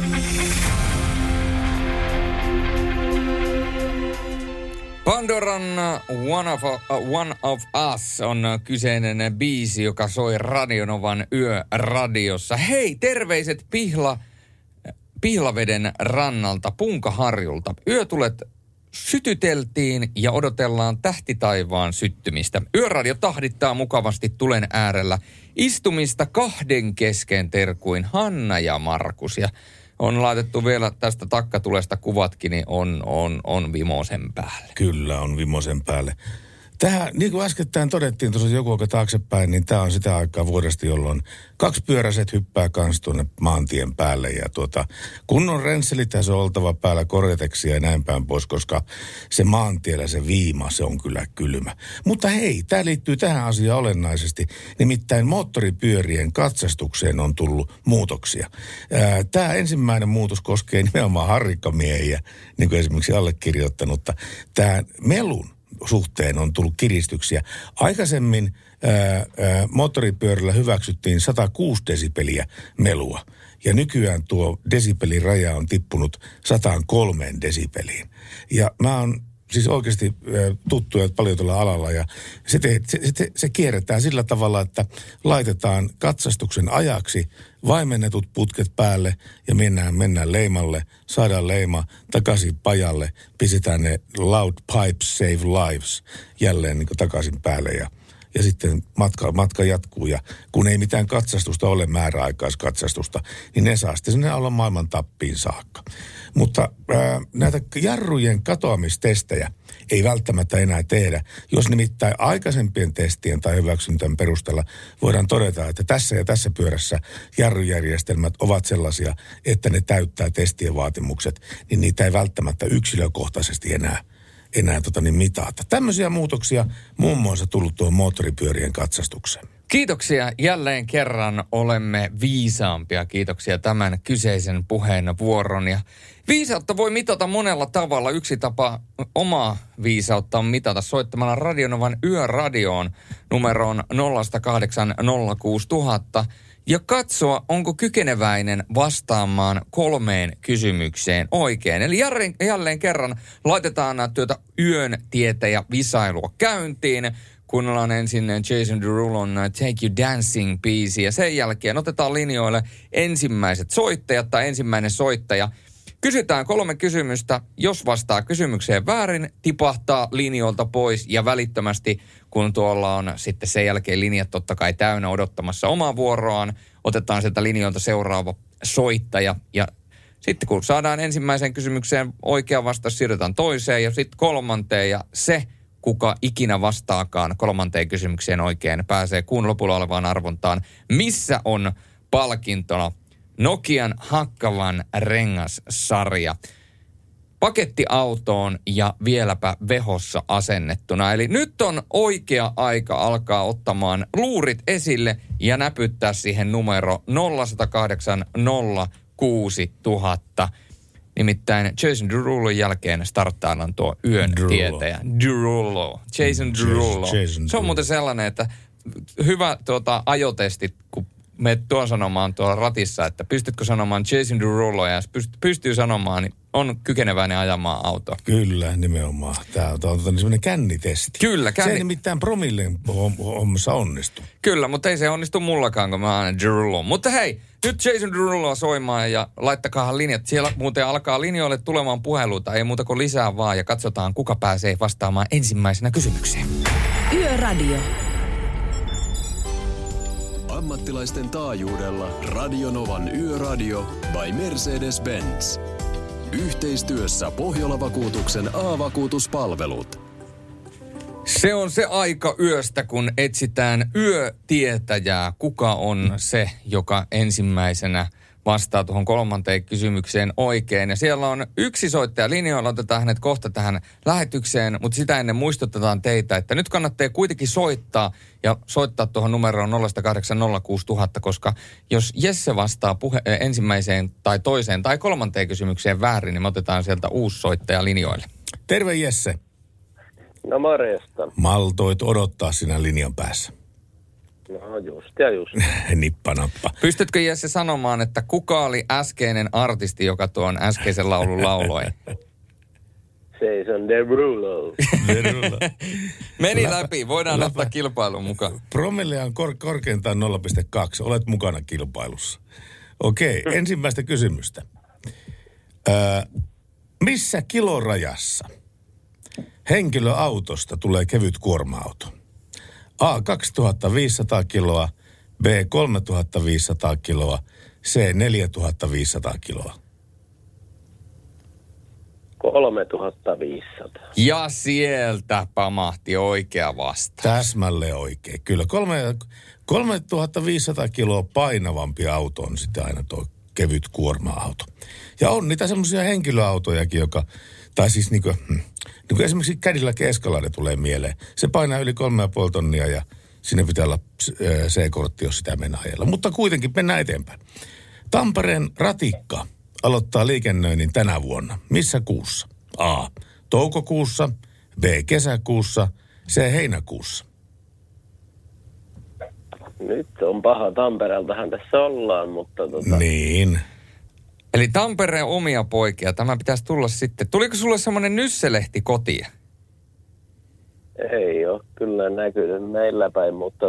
Pandoran One of Us on kyseinen biisi, joka soi Radionovan Yöradiossa. Hei, terveiset Pihlaveden rannalta Punkaharjulta. Yötulet sytyteltiin ja odotellaan tähtitaivaan syttymistä. Yöradio tahdittaa mukavasti tulen äärellä istumista 2 kesken terkuin Hanna ja Markus. Ja on laitettu vielä tästä takkatulesta kuvatkin, niin on vimosen päälle. Kyllä on vimosen päälle. Tähän, niin kuin äskettäin todettiin tuossa joku aika taaksepäin, niin tämä on sitä aikaa vuodesta, jolloin 2-pyöräiset hyppää kans tuonne maantien päälle. Ja kunnon rensselithän se on oltava päällä, korjateksia ja näin päin pois, koska se maantiellä se viima, se on kyllä kylmä. Mutta hei, tämä liittyy tähän asiaan olennaisesti. Nimittäin moottoripyörien katsastukseen on tullut muutoksia. Tämä ensimmäinen muutos koskee nimenomaan harrikkamiehiä, niin kuin esimerkiksi allekirjoittanutta. Tämä melun suhteen on tullut kiristyksiä. Aikaisemmin moottoripyörällä hyväksyttiin 106 desibeliä melua. Ja nykyään tuo desibeliraja on tippunut 103 desibeliin. Ja mä oon siis oikeasti tuttuja paljon tuolla alalla. Ja se kierretään sillä tavalla, että laitetaan katsastuksen ajaksi vaimennetut putket päälle ja mennään leimalle, saadaan leima takaisin pajalle, pistetään ne loud pipes save lives jälleen niin kuin takaisin päälle ja sitten matka jatkuu. Ja kun ei mitään katsastusta ole, määräaikaiskatsastusta, niin ne saa sitten sinne olla maailman tappiin saakka. Mutta näitä jarrujen katoamistestejä ei välttämättä enää tehdä. Jos nimittäin aikaisempien testien tai hyväksyntän perusteella voidaan todeta, että tässä ja tässä pyörässä jarrujärjestelmät ovat sellaisia, että ne täyttää testien vaatimukset, niin niitä ei välttämättä yksilökohtaisesti enää mitata. Tämmöisiä muutoksia muun muassa tullut tuon moottoripyörien katsastukseen. Kiitoksia. Jälleen kerran olemme viisaampia. Kiitoksia tämän kyseisen puheenvuoron. Ja viisautta voi mitata monella tavalla. Yksi tapa omaa viisautta on mitata soittamalla Radionovan Yöradioon numeroon 0806000 ja katsoa, onko kykeneväinen vastaamaan 3 kysymykseen oikein. Eli jälleen kerran laitetaan työtä yön tietäjä visailua käyntiin. Kuunnellaan ensin Jason Derulon Take You Dancing-biisi ja sen jälkeen otetaan linjoille ensimmäiset soittajat tai ensimmäinen soittaja. Kysytään 3 kysymystä. Jos vastaa kysymykseen väärin, tipahtaa linjoilta pois ja välittömästi, kun tuolla on sitten sen jälkeen linjat totta kai täynnä odottamassa omaa vuoroaan, otetaan sieltä linjoilta seuraava soittaja ja sitten kun saadaan ensimmäiseen kysymykseen oikea vastaus, siirrytään toiseen ja sitten kolmanteen ja se, kuka ikinä vastaakaan 3. kysymykseen oikein, pääsee kuun lopulla olevaan arvontaan. Missä on palkintona Nokian hakkavan rengassarja pakettiautoon ja vieläpä vehossa asennettuna. Eli nyt on oikea aika alkaa ottamaan luurit esille ja näpyttää siihen numero 0108 06000. Nimittäin Jason Derulon jälkeen starttaillaan tuo yön tietäjä. Derulo. Jason Derulo. Se on muuten sellainen, että hyvä ajotesti, kun menet tuon sanomaan tuolla ratissa, että pystytkö sanomaan Jason Derulo ja jos pystyy sanomaan, niin on kykeneväinen ajamaan autoa. Kyllä, nimenomaan. Tämä on semmoinen kännitesti. Kyllä, Se ei nimittäin promilleen hommassa onnistu. Kyllä, mutta ei se onnistu mullakaan, kun mä aina Derulo. Mutta hei, nyt Jason Deruloa soimaan ja laittakahan linjat. Siellä muuten alkaa linjoille tulemaan puheluita, ei muuta kuin lisää vaan ja katsotaan, kuka pääsee vastaamaan ensimmäisenä kysymykseen. Yöradio. Ammattilaisten taajuudella Radionovan Yöradio by Mercedes-Benz. Yhteistyössä Pohjola-vakuutuksen A-vakuutuspalvelut. Se on se aika yöstä, kun etsitään yötietäjää. Kuka on se, joka ensimmäisenä vastaa tuohon 3. kysymykseen oikein. Ja siellä on yksi soittaja linjoilla, otetaan hänet kohta tähän lähetykseen, mutta sitä ennen muistutetaan teitä, että nyt kannattaa kuitenkin soittaa ja soittaa tuohon numeroon 0806000, koska jos Jesse vastaa ensimmäiseen tai toiseen tai 3. kysymykseen väärin, niin me otetaan sieltä uusi soittaja linjoille. Terve Jesse. No morjesta. Maltoit odottaa sinä linjan päässä. No just ja just. Nippanappa. Pystytkö Jesse sanomaan, että kuka oli äskeinen artisti, joka tuon äskeisen laulun lauloi? Jason Derulo. Meni läpi, voidaan ottaa kilpailun mukaan. Promille on korkeintaan 0,2. Olet mukana kilpailussa. Okei, ensimmäistä kysymystä. Missä kilorajassa henkilöautosta tulee kevyt kuorma-auto? A. 2500 kiloa, B. 3500 kiloa, C. 4500 kiloa. 3500. Ja sieltä pamahti oikea vastaus. Täsmälleen oikein. Kyllä 3500 kiloa painavampi auto on sitten aina tuo kevyt kuorma-auto. Ja on niitä semmoisia henkilöautojakin, tai siis niin kuin esimerkiksi Cadillac Escalade tulee mieleen. Se painaa yli 3,5 tonnia ja sinne pitää olla C-kortti, jos sitä mennään ajella. Mutta kuitenkin mennään eteenpäin. Tampereen ratikka aloittaa liikennöinnin tänä vuonna. Missä kuussa? A. Toukokuussa, B. Kesäkuussa, C. Heinäkuussa. Nyt on paha. Tampereeltahan tässä ollaan, mutta Niin. Eli Tampereen omia poikia. Tämä pitäisi tulla sitten. Tuliko sulle semmoinen nysselehti kotiin? Ei ole kyllä näkynyt meillä päin, mutta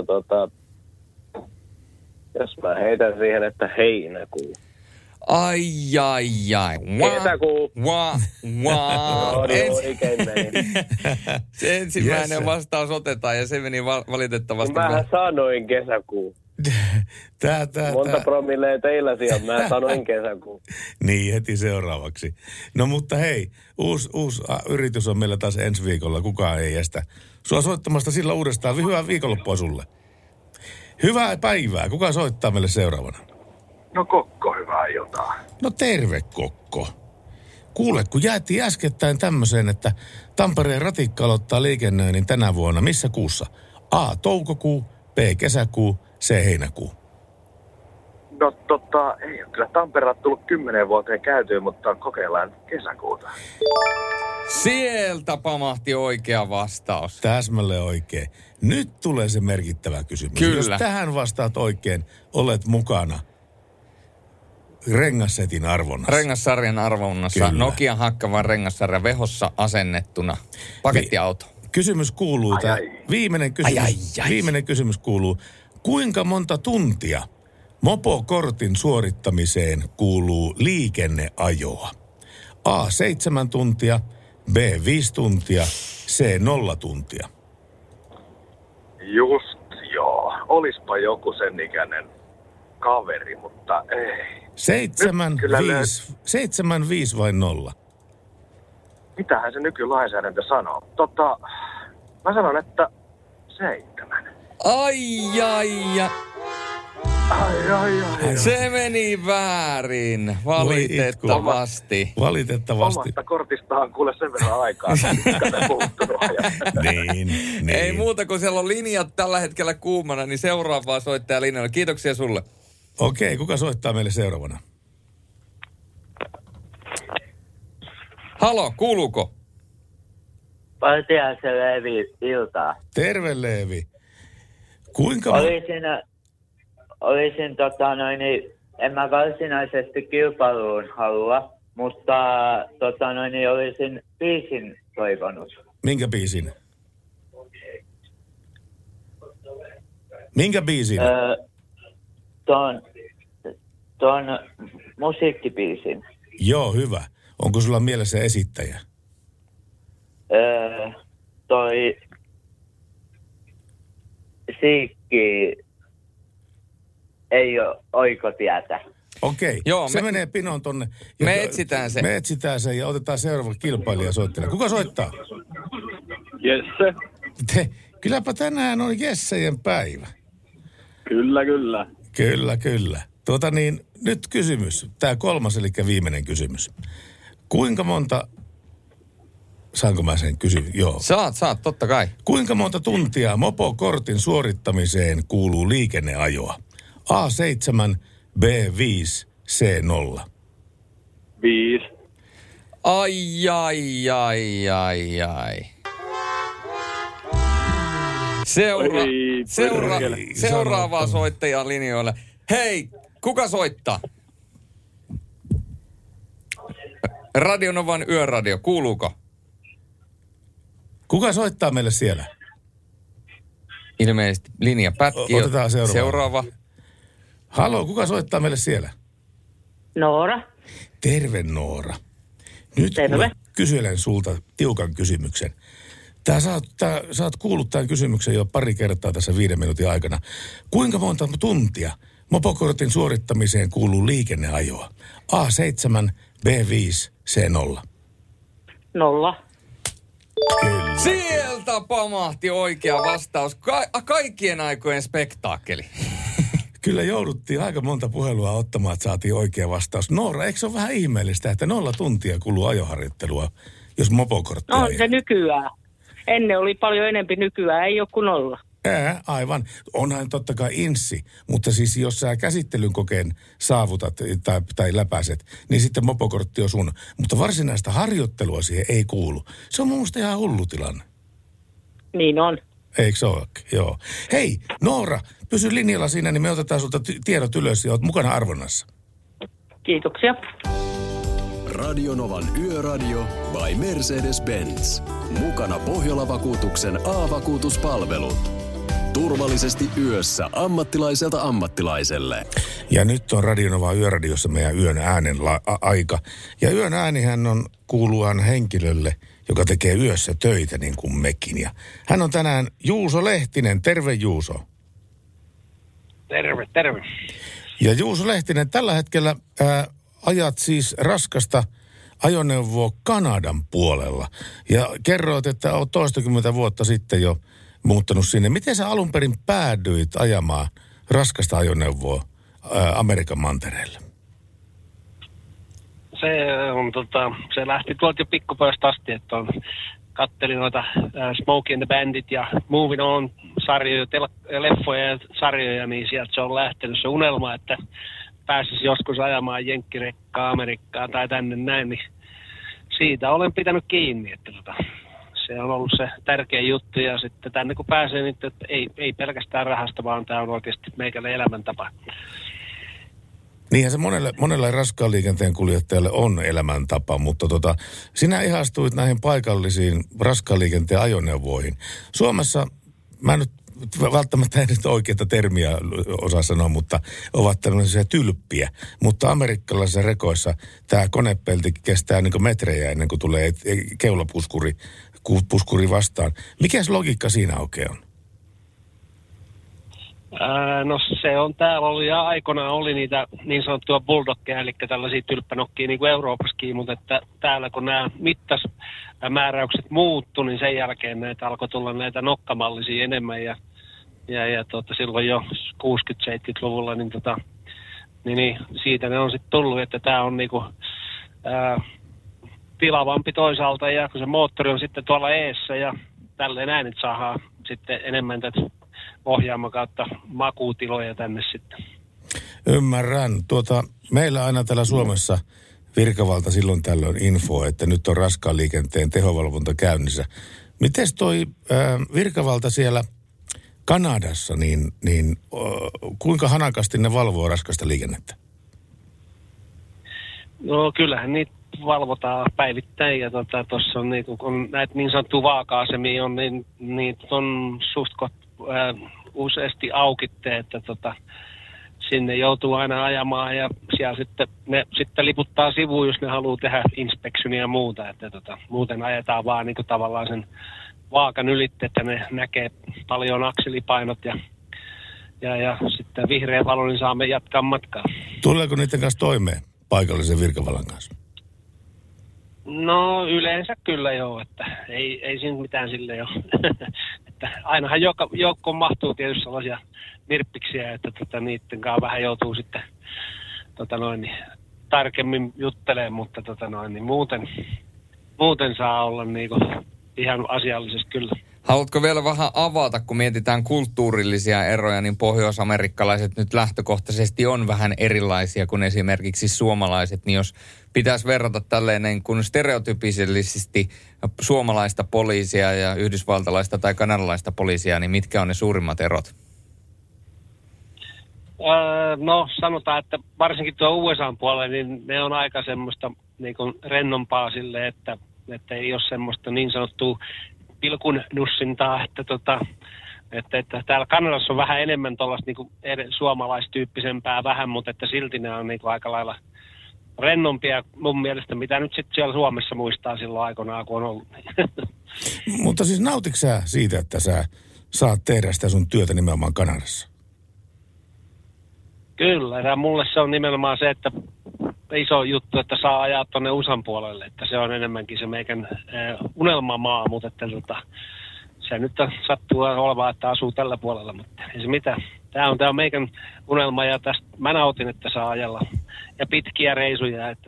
jos mä heitän siihen, että heinäkuu. Ai. Kesäkuu. Wow. Oikein meni. Se ensimmäinen vastaus otetaan ja se meni valitettavasti. Mä sanoin kesäkuu. Monta promillea teillä siellä, mä sanoin kesäkuu. Niin, heti seuraavaksi. No mutta hei, uusi yritys on meillä taas ensi viikolla. Kukaan ei estä sua soittamasta sillä uudestaan. Hyvää viikonloppua sulle. Hyvää päivää. Kuka soittaa meille seuraavana? No Kokko, hyvää iltaa. No terve Kokko. Kuule, kun jäätiin äskettäin tämmöiseen, että Tampereen ratikka aloittaa liikennöinnin tänä vuonna. Missä kuussa? A. Toukokuu, B. Kesäkuu, C. Heinäkuu. No ei ole kyllä Tampereella tullut 10 vuoteen käytyyn, mutta kokeillaan kesäkuuta. Sieltä pamahti oikea vastaus. Täsmälleen oikein. Nyt tulee se merkittävä kysymys. Kyllä. Jos tähän vastaat oikein, olet mukana rengassetin arvonnassa. Rengassarjan arvonnassa. Kyllä. Nokian hakkavan rengassarjan vehossa asennettuna. Pakettiauto. Kysymys kuuluu, viimeinen kysymys kuuluu, kuinka monta tuntia mopokortin suorittamiseen kuuluu liikenneajoa? A. 7 tuntia, B. 5 tuntia, C. 0 tuntia. Just joo. Olispa joku sen ikäinen kaveri, mutta ei. 7, 5 vai 0? Mitähän se nykylainsäädäntö sanoo? Mä sanon, että 7. Ai. Se meni väärin, valitettavasti. Omasta kortistaan kuule sen verran aikaa. niin. Ei muuta, kun siellä on linjat tällä hetkellä kuumana, niin seuraavaa soittaja linjalla. Kiitoksia sulle. Okei, kuka soittaa meille seuraavana? Halo, kuuluuko? Vartijaisen Leevi, iltaa. Terve Leevi. Kuinka Olisin en mä varsinaisesti kilpailuun halua, mutta olisin biisin toivonut. Minkä biisin? Minkä biisin? Tuon musiikkibiisin. Joo, hyvä. Onko sulla mielessä esittäjä? Toi Siikki ei ole oikotietä. Okei, se menee pinoon tonne. Me etsitään se. Me etsitään se ja otetaan seuraava kilpailija soittelemaan. Kuka soittaa? Jesse. Kylläpä tänään on Jessejen päivä. Kyllä. Kyllä. Nyt kysymys. Tämä 3. eli viimeinen kysymys. Kuinka monta... Saanko mä sen kysyä? Joo. Saat, totta kai. Kuinka monta tuntia mopokortin suorittamiseen kuuluu liikenneajoa? A7, B5, C0. 5. Ai. Seuraavaa soittajaa linjoille. Hei, kuka soittaa? Radio Novan Yöradio, kuuluuko? Kuka soittaa meille siellä? Ilmeisesti linja pätkii. Otetaan seuraava. Halo, kuka soittaa meille siellä? Noora. Terve Noora. Nyt kyselen sulta tiukan kysymyksen. Sä oot kuullut tämän kysymyksen jo pari kertaa tässä 5 minuutin aikana. Kuinka monta tuntia mopokortin suorittamiseen kuuluu liikenneajoa? A7, B5, C0. 0. Kyllä. Sieltä pamahti oikea vastaus. Kaikkien aikojen spektaakkeli. Kyllä jouduttiin aika monta puhelua ottamaan, että saatiin oikea vastaus. Noora, eikö se ole vähän ihmeellistä, että 0 tuntia kuluu ajoharjoittelua, jos mopokortti on se nykyään. Ennen oli paljon enempi, nykyään ei ole kuin 0. Aivan. Onhan totta kai inssi, mutta siis jos sä käsittelyn kokeen saavutat tai läpäiset, niin sitten mopokortti on sun. Mutta varsinaista harjoittelua siihen ei kuulu. Se on mun mielestä ihan hullu tilanne. Niin on. Eikö se ole? Joo. Hei, Noora, pysy linjalla siinä, niin me otetaan sulta tiedot ylös ja oot mukana arvonnassa. Kiitoksia. Radio Novan Yöradio by Mercedes-Benz. Mukana Pohjola-vakuutuksen A-vakuutuspalvelut. Turvallisesti yössä ammattilaiselta ammattilaiselle. Ja nyt on Radio Nova Yöradiossa meidän yön äänen aika. Ja yön äänihän kuuluaan henkilölle, joka tekee yössä töitä niin kuin mekin. Ja hän on tänään Juuso Lehtinen. Terve Juuso. Terve, terve. Ja Juuso Lehtinen, tällä hetkellä ajat siis raskasta ajoneuvoa Kanadan puolella. Ja kerroit, että olet toistakymmentä vuotta sitten jo muuttanut sinne. Miten sä alun perin päädyit ajamaan raskasta ajoneuvoa Amerikan mantereelle? Se lähti tuolta jo pikkupojasta asti, että kattelin noita Smokey and the Bandit ja Moving On -sarjoja, leffoja ja sarjoja, niin sieltä se on lähtenyt se unelma, että pääsisi joskus ajamaan jenkkirekkaa Amerikkaan tai tänne näin, niin siitä olen pitänyt kiinni, että se on ollut se tärkeä juttu ja sitten tänne kun pääsee, niin että ei pelkästään rahasta, vaan tämä on oikeasti meikälle elämäntapa. Niinhän se monelle raskaan liikenteen kuljettajalle on elämäntapa, mutta sinä ihastuit näihin paikallisiin raskaan liikenteen ajoneuvoihin. Suomessa, mä nyt välttämättä en nyt oikeita termiä osaa sanoa, mutta ovat tämmöisiä tylppiä. Mutta amerikkalaisissa rekoissa tämä konepelti kestää niin kuin metrejä ennen kuin tulee keulapuskuri vastaan. Mikäs logiikka siinä oikein on? No se on, täällä oli ja aikoinaan oli niitä niin sanottua bulldoggeja, eli tällaisia tylppänokkia niin kuin Euroopassakin, mutta että täällä kun nämä mittasmääräykset muuttui, niin sen jälkeen näitä alkoi tulla näitä nokkamallisia enemmän ja silloin jo 60-70-luvulla, niin siitä ne on sitten tullut, että tämä on niinku tilavampi toisaalta ja kun se moottori on sitten tuolla eessä ja tälleen näin, että saadaan sitten enemmän tätä ohjaamon kautta makuutiloja tänne sitten. Ymmärrän. Meillä aina täällä Suomessa virkavalta silloin tällöin info, että nyt on raskaan liikenteen tehovalvonta käynnissä. Mites toi virkavalta siellä Kanadassa, niin kuinka hanakasti ne valvoo raskasta liikennettä? No kyllähän niitä valvotaan päivittäin ja tuossa on kun näitä niin sanottuja vaaka-asemia on, niin niitä on suht useasti aukitte, että sinne joutuu aina ajamaan ja siellä sitten liputtaa sivuun, jos ne haluaa tehdä inspektionia ja muuta, että muuten ajetaan vaan niin kuin tavallaan sen vaakan ylitte, että ne näkee paljon akselipainot ja sitten vihreä valo, niin saamme jatkaa matkaa. Tuleeko niiden kanssa toimeen paikallisen virkavallan kanssa? No yleensä kyllä joo, että ei siinä mitään sille jo. Että ainahan joukkoon mahtuu tietysti sellaisia virppiksiä, että niiden kanssa vähän joutuu sitten tarkemmin juttelemaan, mutta muuten saa olla niinku ihan asiallisesti kyllä. Haluatko vielä vähän avata, kun mietitään kulttuurillisia eroja, niin pohjoisamerikkalaiset nyt lähtökohtaisesti on vähän erilaisia kuin esimerkiksi suomalaiset, niin jos pitäisi verrata tälleen niin kuin stereotypisesti suomalaista poliisia ja yhdysvaltalaista tai kanadalaista poliisia, niin mitkä on ne suurimmat erot? No sanotaan, että varsinkin tuo USA:n puolella, niin ne on aika semmoista niin kuin rennompaa sille, että ei ole semmoista niin sanottua pilkun nussintaa, että täällä Kanadassa on vähän enemmän tuollaista niinku suomalaistyyppisempää vähän, mutta että silti ne on niinku aika lailla rennompia mun mielestä, mitä nyt sitten siellä Suomessa muistaa silloin aikoinaan, kun on ollut. Mutta siis nautitko sä siitä, että sä saat tehdä sitä sun työtä nimenomaan Kanadassa? Kyllä, ja mulle se on nimenomaan se, että iso juttu, että saa ajaa tuonne USAn puolelle, että se on enemmänkin se meikän unelmamaa, mutta että se nyt sattuu olemaan, että asuu tällä puolella, mutta ei se mitään. Tämä on meikän unelma ja tästä mä nautin, että saa ajella ja pitkiä reisuja, että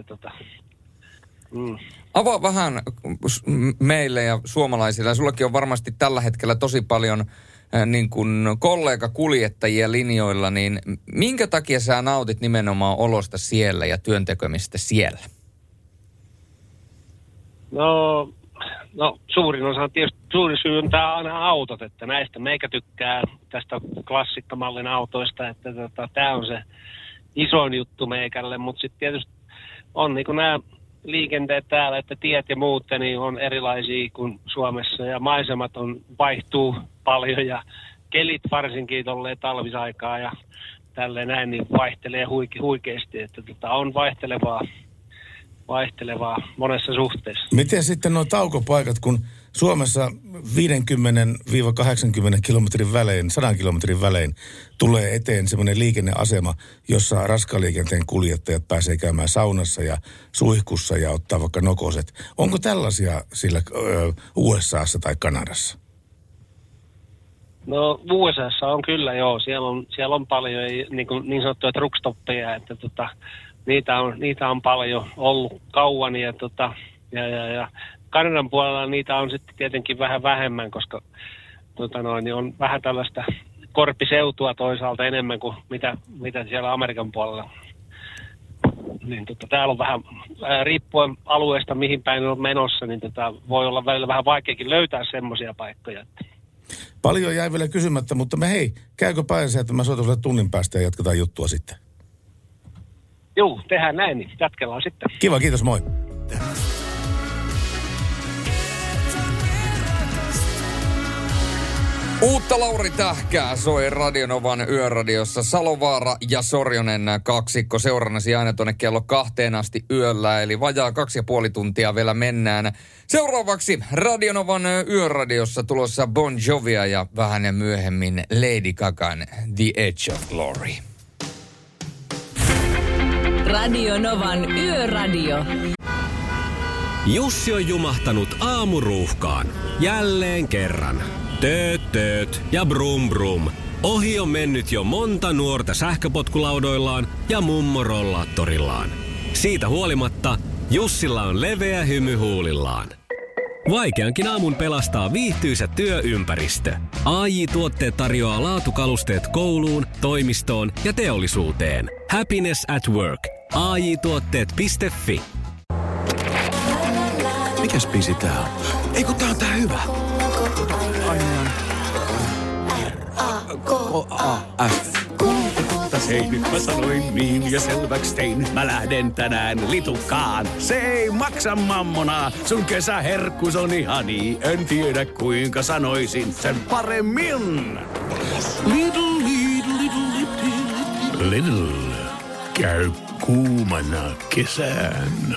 Avaa vähän meille ja suomalaisille. Sullakin on varmasti tällä hetkellä tosi paljon niin kuin kollegakuljettajia linjoilla, niin minkä takia sä nautit nimenomaan olosta siellä ja työntekemistä siellä? No suurin osa on tietysti, suurin syy on tämä aina autot, että näistä meikä tykkää tästä klassikkamallin autoista, että tämä on se isoin juttu meikälle, mutta sitten tietysti on niin kuin nämä liikenteet täällä, että tiet ja muut niin on erilaisia kuin Suomessa ja maisemat vaihtuu paljon ja kelit varsinkin tolleen talvisaikaa ja tälleen näin niin vaihtelee huikeasti, että on vaihtelevaa monessa suhteessa. Miten sitten nuo taukopaikat, kun Suomessa 50-80 kilometrin välein, 100 kilometrin välein tulee eteen semmoinen liikenneasema, jossa raskaan liikenteen kuljettajat pääsee käymään saunassa ja suihkussa ja ottaa vaikka nokoset. Onko tällaisia sillä USAssa tai Kanadassa? No USAssa on kyllä joo, siellä on paljon niin sanottuja truckstoppeja, että niitä on paljon ollut kauan ja Kanadan puolella niitä on sitten tietenkin vähän vähemmän, koska niin on vähän tällaista korppiseutua toisaalta enemmän kuin mitä siellä Amerikan puolella. Niin täällä on vähän, riippuen alueesta mihin päin on menossa, niin voi olla välillä vähän vaikeakin löytää semmoisia paikkoja. Paljon jäi vielä kysymättä, mutta käykö päänsä, että mä soitan sulle tunnin päästä ja jatketaan juttua sitten? Joo, tehdään näin, niin jatkellaan sitten. Kiva, kiitos, moi. Uutta Lauri Tähkää soi Radionovan yöradiossa. Salovaara ja Sorjonen kaksikko seurannasi aina tuonne kello 2 asti yöllä. Eli vajaa 2,5 tuntia vielä mennään. Seuraavaksi Radionovan yöradiossa tulossa Bon Jovia ja vähän myöhemmin Lady Gagan The Edge of Glory. Radionovan yöradio. Jussi on jumahtanut aamuruuhkaan. Jälleen kerran. Tööt ja brum brum. Ohi on mennyt jo monta nuorta sähköpotkulaudoillaan ja mummorollaattorillaan. Siitä huolimatta Jussilla on leveä hymy huulillaan. Vaikeankin aamun pelastaa viihtyisä työympäristö. AJ-tuotteet tarjoaa laatukalusteet kouluun, toimistoon ja teollisuuteen. Happiness at work. AJ-tuotteet.fi. Mikäs biisi tää on? Ei kun tää on tää hyvä. R-A-K-A-F. Kultasein, mä sanoin niin ja selväks tein. Mä lähden tänään litukaan. Se ei maksa mammonaa. Sun kesäherkkus on ihani. En tiedä kuinka sanoisin sen paremmin. Lidl. Käy kuumana kesään.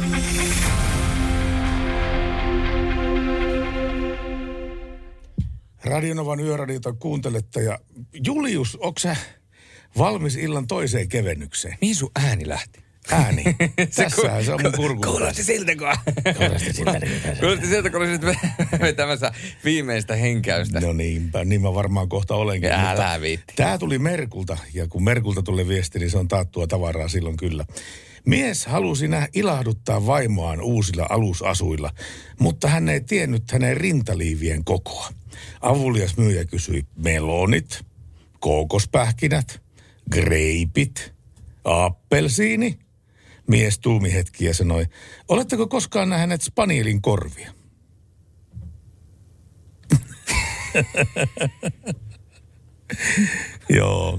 Radionovan yöradiota kuuntelette ja Julius, onko sä valmis illan toiseen kevennykseen? Mihin sun ääni lähti? Ääni? Tässähän se on mun kurkulla. Kuulosti siltä, kun olisit vetämässä viimeistä henkäystä. No niinpä, niin mä varmaan kohta olenkin. Ja älä viitti. Tää tuli Merkulta, ja kun Merkulta tuli viesti, niin se on taattua tavaraa silloin kyllä. Mies halusi ilahduttaa vaimoaan uusilla alusasuilla, mutta hän ei tiennyt hänen rintaliivien kokoa. Avulias myyjä kysyi melonit, kookospähkinät, greipit, appelsiini. Mies tuumi hetki ja sanoi, oletteko koskaan nähneet spanielin korvia? Joo.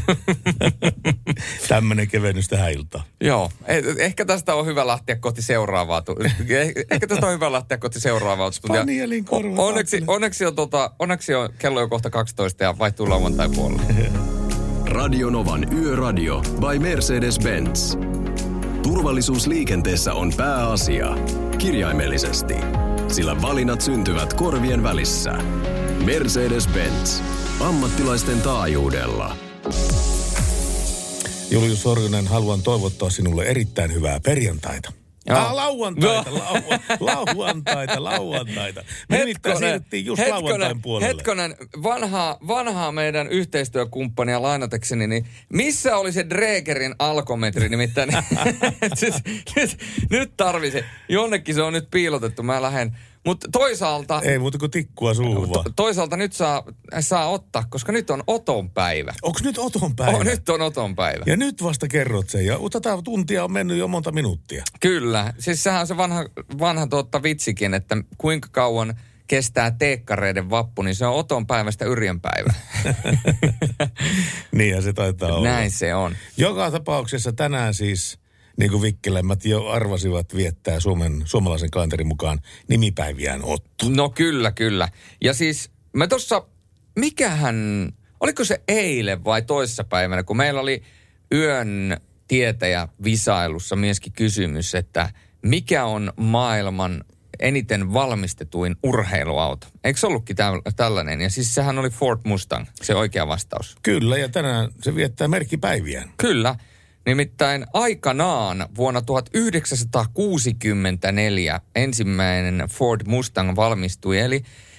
Tämmönen kevennys tähän iltaan. Joo. Ehkä tästä on hyvä lähteä kohti seuraavaa. Spanielin korva. Onneksi on kello jo kohta 12 ja vaihtuu lauantai puolelle. Radionovan yöradio by Mercedes-Benz. Turvallisuus liikenteessä on pääasia. Kirjaimellisesti. Sillä valinnat syntyvät korvien välissä. Mercedes-Benz. Ammattilaisten taajuudella. Julius Sorjonen, haluan toivottaa sinulle erittäin hyvää perjantaita. Lauantaita. Me nimittäin siirryttiin just lauantain puolelle. Hetkonen, vanhaa meidän yhteistyökumppania lainatekseni, niin missä oli se Dregerin alkometri? Nimittäin nyt tarvisi. Jonnekin se on nyt piilotettu. Mä lähden. Mutta toisaalta... Ei muuta kuin tikkua suuhun vaan. Toisaalta nyt saa ottaa, koska nyt on Oton päivä. Onko nyt Oton päivä? Nyt on Oton päivä. Ja nyt vasta kerrot sen. Ja tätä tuntia on mennyt jo monta minuuttia. Kyllä. Siis sehän on se vanha vitsikin, että kuinka kauan kestää teekkareiden vappu, niin se on Oton päivästä Yrjön päivä. Niinhän se taitaa olla. Näin se on. Joka tapauksessa tänään siis niin kuin vikkelämmät jo arvasivat, viettää suomalaisen kalenterin mukaan nimipäiviään Otto. No kyllä. Ja siis mä tossa, oliko se eilen vai toissapäivänä, kun meillä oli yön tietäjä visailussa myöskin kysymys, että mikä on maailman eniten valmistetuin urheiluauto? Eikö se ollutkin tällainen? Ja siis sehän oli Ford Mustang, se oikea vastaus. Kyllä, ja tänään se viettää merkkipäiviään. Kyllä. Nimittäin aikanaan vuonna 1964 ensimmäinen Ford Mustang valmistui, eli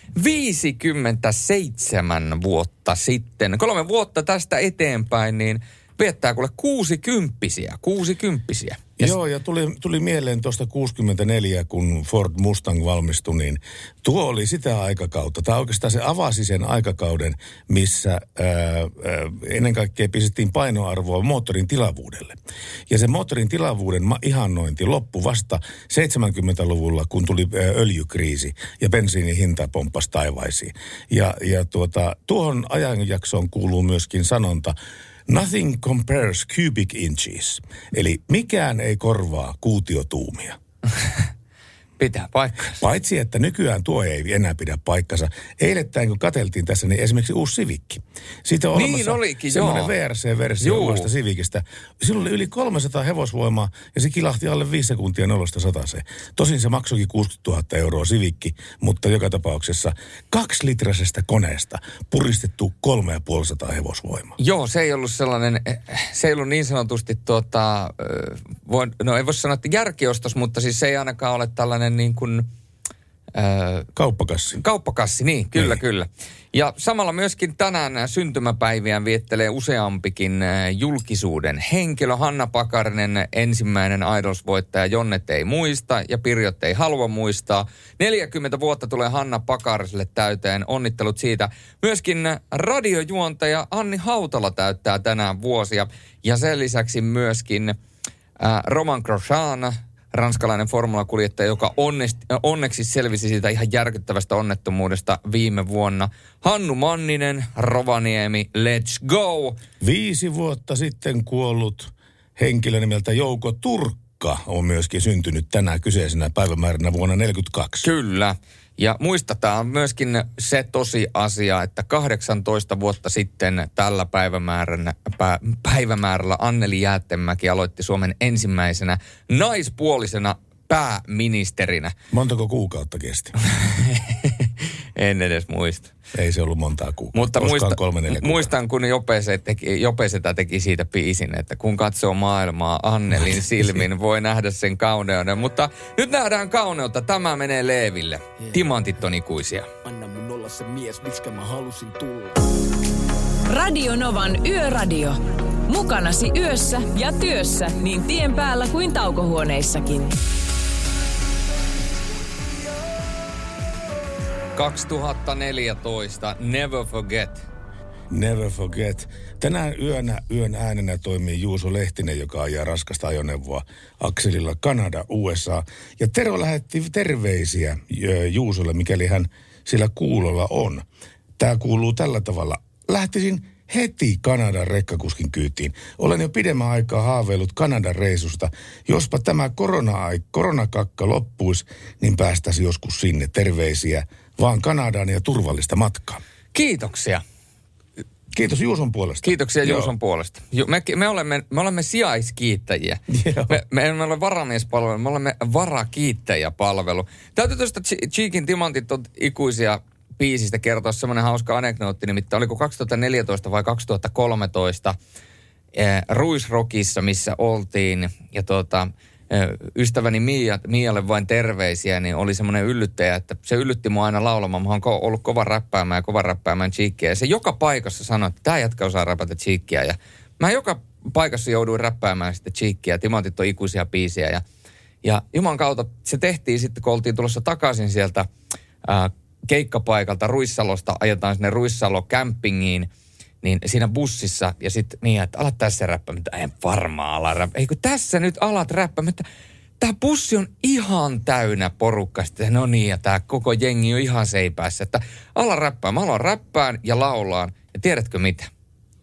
57 vuotta sitten. 3 vuotta tästä eteenpäin, niin viettää kuule 60-vuotiaita. Joo, ja tuli mieleen tuosta 64, kun Ford Mustang valmistui, niin tuo oli sitä aikakautta. Tai oikeastaan se avasi sen aikakauden, missä ennen kaikkea pistettiin painoarvoa moottorin tilavuudelle. Ja se moottorin tilavuuden ihannointi loppui vasta 70-luvulla, kun tuli öljykriisi ja bensiinin hinta pomppasi taivaisiin. Ja tuohon ajanjaksoon kuuluu myöskin sanonta, nothing compares cubic inches. Eli mikään ei korvaa kuutiotuumia. Pitää paikkansa. Paitsi, että nykyään tuo ei enää pidä paikkansa. Eilettäin, kun katseltiin tässä, niin esimerkiksi uusi Civic. Siitä on olemassa semmoinen VRC-versio uudesta Civicistä. Sillä oli yli 300 hevosvoimaa ja se kilahti alle 5 sekuntia 0-100. Tosin se maksoikin 60 000 euroa Civic, mutta joka tapauksessa 2-litrasesta koneesta puristettu 350 hevosvoimaa. Joo, se ei ollut sellainen, se ei ollut niin sanotusti ei voi sanoa, että järkiostos, mutta siis se ei ainakaan ole tällainen niin kuin kauppakassi. Kauppakassi, niin, kyllä. Ja samalla myöskin tänään syntymäpäiviään viettelee useampikin julkisuuden henkilö. Hanna Pakarinen, ensimmäinen Idols-voittaja, Jonnet ei muista ja Pirjot ei halua muistaa. 40 vuotta tulee Hanna Pakariselle täyteen. Onnittelut siitä. Myöskin radiojuontaja Anni Hautala täyttää tänään vuosia. Ja sen lisäksi myöskin Romain Grosjean, ranskalainen formulakuljettaja, joka onneksi selvisi siitä ihan järkyttävästä onnettomuudesta viime vuonna. Hannu Manninen, Rovaniemi, let's go! 5 vuotta sitten kuollut henkilö nimeltä Jouko Turkka on myöskin syntynyt tänään kyseisenä päivämääränä vuonna 1942. Kyllä. Ja muistetaan myöskin se tosiasia, että 18 vuotta sitten tällä päivämäärällä Anneli Jäätteenmäki aloitti Suomen ensimmäisenä naispuolisena pääministerinä. Montako kuukautta kesti? En edes muista. Ei se ollut montaa kuukautta. Mutta muistan, kun Jopesetä teki siitä biisin, että kun katsoo maailmaa Annelin silmin, voi nähdä sen kauneuden. Mutta nyt nähdään kauneutta. Tämä menee Leeville. Timantit on ikuisia. Anna mun olla se mies, miksikä mä halusin tulla. Radio Novan Yöradio. Mukanasi yössä ja työssä niin tien päällä kuin taukohuoneissakin. 2014, Never Forget. Never Forget. Tänään yön äänenä toimii Juuso Lehtinen, joka ajaa raskasta ajoneuvoa akselilla Kanada, USA. Ja Tero lähetti terveisiä Juusolle, mikäli hän sillä kuulolla on. Tämä kuuluu tällä tavalla. Lähtisin heti Kanadan rekkakuskin kyytiin. Olen jo pidemmän aikaa haaveillut Kanadan reissusta. Jospa tämä koronakakka loppuisi, niin päästäisiin joskus sinne. Terveisiä vaan Kanadaan ja turvallista matkaa. Kiitoksia. Kiitos Juuson puolesta. Kiitoksia Juuson puolesta. Me olemme sijaiskiittäjiä. Me emme ole varamiespalvelu, me olemme varakiittäjäpalvelu. Täytyy tuosta Cheekin Timantit on ikuisia biisistä kertoa semmoinen hauska anekdootti, nimittäin oliko 2014 vai 2013 Ruisrockissa, missä oltiin, ja ystäväni Mialle vain terveisiä, niin oli semmoinen yllyttäjä, että se yllytti mua aina laulamaan. Mä oon ollut kova räppäämään Cheekkiä, ja se joka paikassa sanoi, että tää jätkä osaa räpätä Cheekkiä, ja mä joka paikassa jouduin räppäämään sitten Cheekkiä, Timantit on ikuisia biisiä, ja Juman kautta se tehtiin sitten, kun oltiin tulossa takaisin sieltä keikkapaikalta Ruissalosta, ajetaan sinne Ruissalo-campingiin, niin siinä bussissa, ja sitten niin, että alat tässä räppäämään, en varmaan ala räppäämään. Ei kun tässä nyt alat räppäämään, että tämä bussi on ihan täynnä porukkaa. Sitten no niin, ja tämä koko jengi on ihan seipäässä, että ala räppäämään. Mä aloin räppään ja laulaan, ja tiedätkö mitä?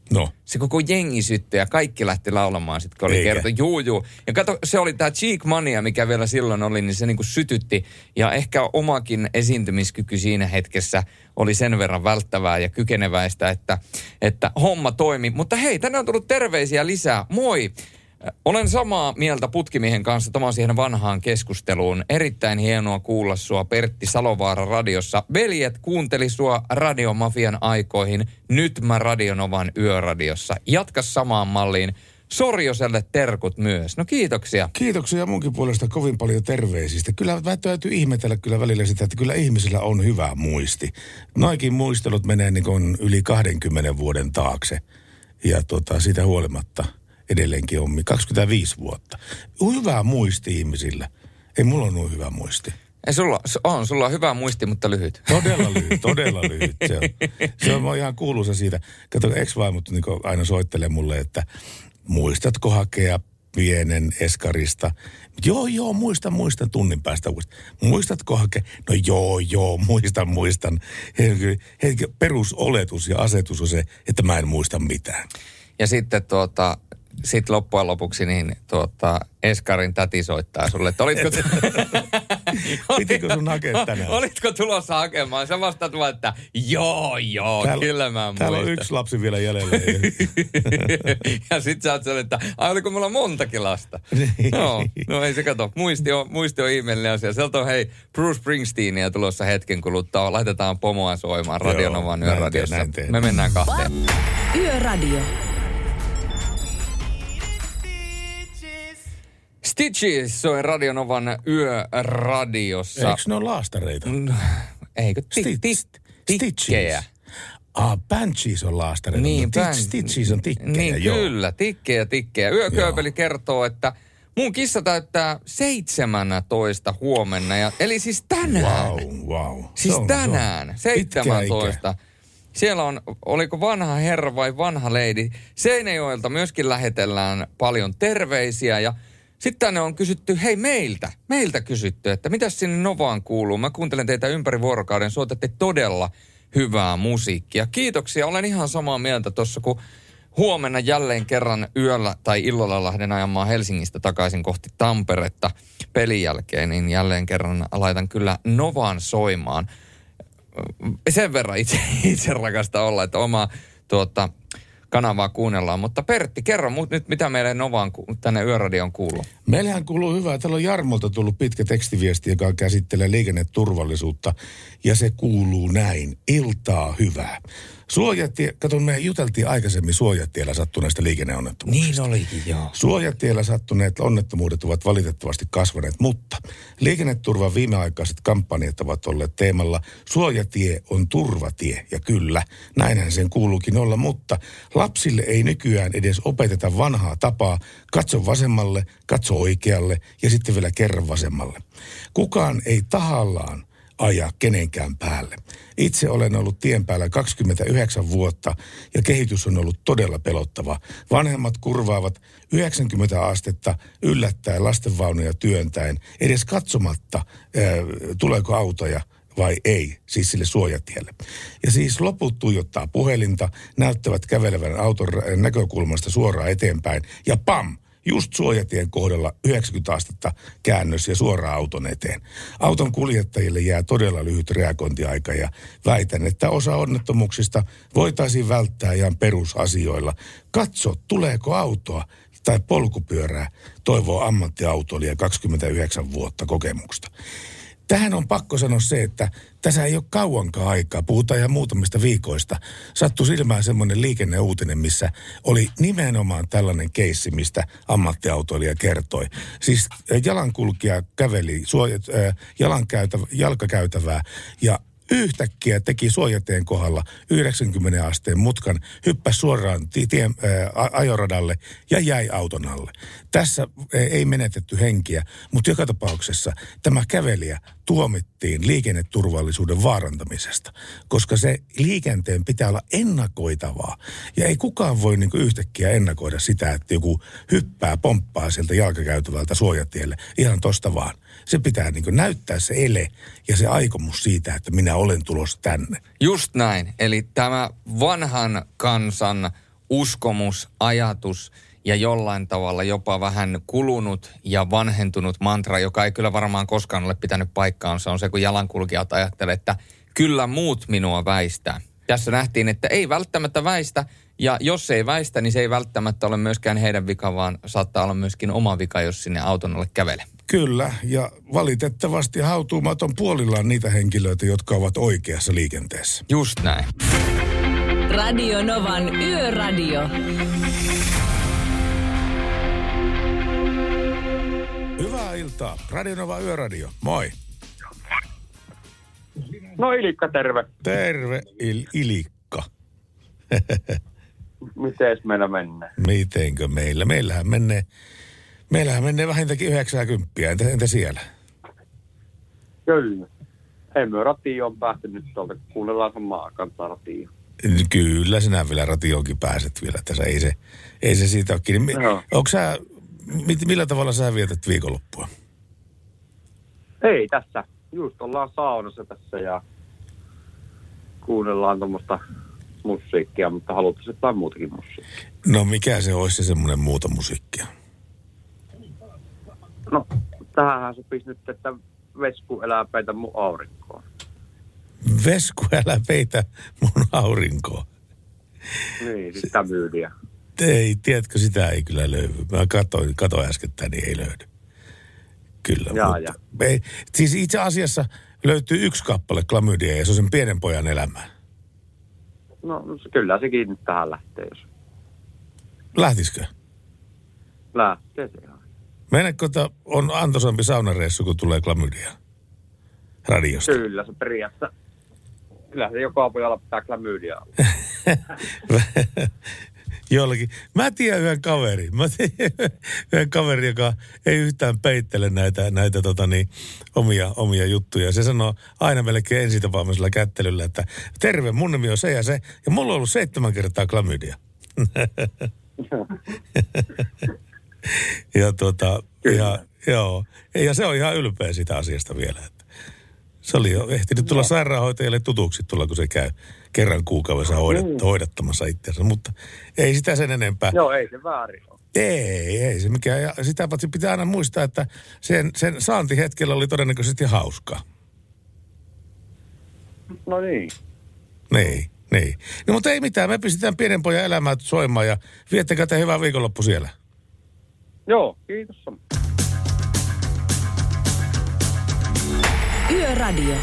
No. Se koko jengi syttyi ja kaikki lähti laulamaan sitten, kun oli kerta. Juu. Ja kato, se oli tämä Cheek Mania, mikä vielä silloin oli, niin se niinku sytytti. Ja ehkä omakin esiintymiskyky siinä hetkessä oli sen verran välttävää ja kykeneväistä, että homma toimi. Mutta hei, tänne on tullut terveisiä lisää. Moi! Olen samaa mieltä putkimiehen kanssa Tomaan siihen vanhaan keskusteluun. Erittäin hienoa kuulla sua Pertti Salovaara radiossa. Veljet kuunteli sua Radiomafian aikoihin. Nyt mä Radionovan yöradiossa. Jatka samaan malliin. Sorjoselle terkut myös. No kiitoksia. Kiitoksia munkin puolesta kovin paljon terveisistä. Kyllä täytyy ihmetellä kyllä välillä sitä, että kyllä ihmisillä on hyvä muisti. Noikin muistelut menee niin kuin yli 20 vuoden taakse. Ja siitä huolimatta edelleenkin on 25 vuotta. Hyvä muisti ihmisillä. Ei mulla ole hyvä muisti. Ei sulla on hyvä muisti, mutta lyhyt. Todella lyhyt. Se on ihan kuuluisa siitä. Kato, ex-vaimot niin aina soittelee mulle, että muistatko hakea pienen eskarista? Joo, muistan tunnin päästä uudestaan. Muistatko hakea? No joo, muistan. Perusoletus ja asetus on se, että mä en muista mitään. Ja sitten sitten loppujen lopuksi niin Eskarin täti soittaa sulle, että olitko... Pitikö sun hakea tänään? Olitko tulossa hakemaan? Sä vastaat vaan, että joo, kyllä mä muistan. Täällä on yksi lapsi vielä jäljellä. Ja sit sä oot sellainen, että oliko mulla montakin lasta? No ei se kato. Muisti on ihmeellinen asia. Sieltä on Bruce Springsteenia tulossa hetken kuluttua. Laitetaan pomoa soimaan Radionovan yöradiossa. Me mennään kahteen. Yöradio. Stitches soi Radionovan yöradiossa. Eikö ne ole laastareita? Eikö? Tikkejä. Banshees on laastareita, niin, mutta Stitches on tikkejä. Niin, joo. Kyllä, tikkejä. Yökööpeli kertoo, että mun kissa täyttää 17 huomenna. Eli siis tänään. Wow. Siis tänään, 17. Siellä oliko vanha herra vai vanha leidi? Seinäjoelta myöskin lähetellään paljon terveisiä ja sitten tänne on kysytty, meiltä kysytty, että mitäs sinne Novaan kuuluu? Mä kuuntelen teitä ympäri vuorokauden, soitatte todella hyvää musiikkia. Kiitoksia, olen ihan samaa mieltä tuossa, kun huomenna jälleen kerran yöllä tai illalla lähden ajamaan Helsingistä takaisin kohti Tamperetta pelin jälkeen, niin jälleen kerran laitan kyllä Novaan soimaan. Sen verran itse rakasta olla, että oma kanavaa kuunnellaan. Mutta Pertti, kerro nyt, mitä meille Novaan tänne yöradioon kuuluu. Meillähän kuuluu hyvää. Täällä on Jarmolta tullut pitkä tekstiviesti, joka käsittelee liikenneturvallisuutta. Ja se kuuluu näin. Iltaa hyvää. Me juteltiin aikaisemmin suojatiellä sattuneista liikenneonnettomuuksista. Niin olikin, joo. Suojatiellä sattuneet onnettomuudet ovat valitettavasti kasvaneet, mutta liikenneturvan viimeaikaiset kampanjat ovat olleet teemalla suojatie on turvatie. Ja kyllä, näinhän sen kuuluukin olla, mutta lapsille ei nykyään edes opeteta vanhaa tapaa. Katso vasemmalle, katso oikealle ja sitten vielä kerran vasemmalle. Kukaan ei tahallaan aja kenenkään päälle. Itse olen ollut tien päällä 29 vuotta ja kehitys on ollut todella pelottava. Vanhemmat kurvaavat 90 astetta yllättäen lastenvaunuja työntäen, edes katsomatta tuleeko autoja vai ei, siis sille suojatielle. Ja siis loput tuijottaa puhelinta, näyttävät kävelevän auton näkökulmasta suoraan eteenpäin ja pam! Just suojatien kohdalla 90 astetta käännös ja suoraan auton eteen. Auton kuljettajille jää todella lyhyt reagointiaika ja väitän, että osa onnettomuuksista voitaisiin välttää ihan perusasioilla. Katso, tuleeko autoa tai polkupyörää, toivoo ammattiautoilija 29 vuotta kokemusta. Tähän on pakko sanoa se, että tässä ei ole kauankaan aikaa, puhutaan ihan muutamista viikoista. Sattui silmään semmoinen liikenneuutinen, missä oli nimenomaan tällainen keissi, mistä ammattiautoilija kertoi. Siis jalankulkija käveli jalkakäytävää ja yhtäkkiä teki suojateen kohdalla 90 asteen mutkan, hyppäsi suoraan ajoradalle ja jäi auton alle. Tässä ei menetetty henkiä, mutta joka tapauksessa tämä kävelijä tuomittiin liikenneturvallisuuden vaarantamisesta, koska se liikenteen pitää olla ennakoitavaa. Ja ei kukaan voi yhtäkkiä ennakoida sitä, että joku pomppaa sieltä jalkakäytävältä suojatielle ihan tosta vaan. Se pitää näyttää se ele ja se aikomus siitä, että minä olen tulossa tänne. Just näin. Eli tämä vanhan kansan uskomus, ajatus ja jollain tavalla jopa vähän kulunut ja vanhentunut mantra, joka ei kyllä varmaan koskaan ole pitänyt paikkaansa, on se, kun jalankulkijat ajattelee, että kyllä muut minua väistää. Tässä nähtiin, että ei välttämättä väistä, ja jos ei väistä, niin se ei välttämättä ole myöskään heidän vika, vaan saattaa olla myöskin oma vika, jos sinne auton alle kävelee. Kyllä, ja valitettavasti hautuumaton puolillaan niitä henkilöitä, jotka ovat oikeassa liikenteessä. Just näin. Radio Novan Yöradio. Hyvää iltaa. Radio Nova Yöradio. Moi. No Ilikka, terve. Terve, Ilikka. Mites meillä mennään? Mitenkö meillä? Meillähän menee vähintäänkin 90. Entä siellä? Kyllä. Ei me ratioon päästy nyt tuolta. Kuunnellaan samaan kantaa ratioon. Kyllä, sinä vielä ratioonkin pääset vielä. Tässä ei se siitä ole kiinni. No. Onko sä, millä tavalla sä vietät viikonloppua? Ei tässä. Just ollaan saunassa tässä ja kuunnellaan tuommoista musiikkia, mutta haluttaisiin jotain muutakin musiikkia. No mikä se olisi se semmoinen muuta musiikkia? No, tähänhän sopisi nyt, että Vesku elää peitä mun aurinkoon. Vesku elää peitä mun aurinkoon? Niin, sitä myydiä. Ei, tiedätkö, sitä ei kyllä löydy. Mä katsoin äskettäin, niin ei löydy. Kyllä, mutta ei, siis itse asiassa löytyy yksi kappale klamydia ja se on sen pienen pojan elämää. No kyllä sekin nyt tähän lähtee, jos... Lähtisikö? Lähtee se ihan. Meneekö, on antoisampi saunareissu, kun tulee klamydia radiosta? Kyllä se periaatteessa. Kyllä se joka pojalla pitää klamydia. Jollakin. Mä tiedän yhden kaverin, joka ei yhtään peittele näitä omia juttuja. Se sanoo aina melkein ensitapaamisella kättelyllä, että terve, mun nimi on se ja se. Ja mulla on ollut 7 kertaa klamydia. Ja se on ihan ylpeä sitä asiasta vielä. Että se oli jo ehtinyt tulla sairaanhoitajalle tutuksi tulla, kun se käy kerran kuukaudessa hoidattamassa itseänsä, mutta ei sitä sen enempää. Joo, ei se väärin ole. Ei se mikään. Ja sitä paitsi pitää aina muistaa, että sen saantihetkellä oli todennäköisesti hauskaa. No niin. Niin. No mutta ei mitään, me pistetään pienen pojan elämää soimaan ja viettäkää te hyvää viikonloppu siellä. Joo, kiitos. Yöradio.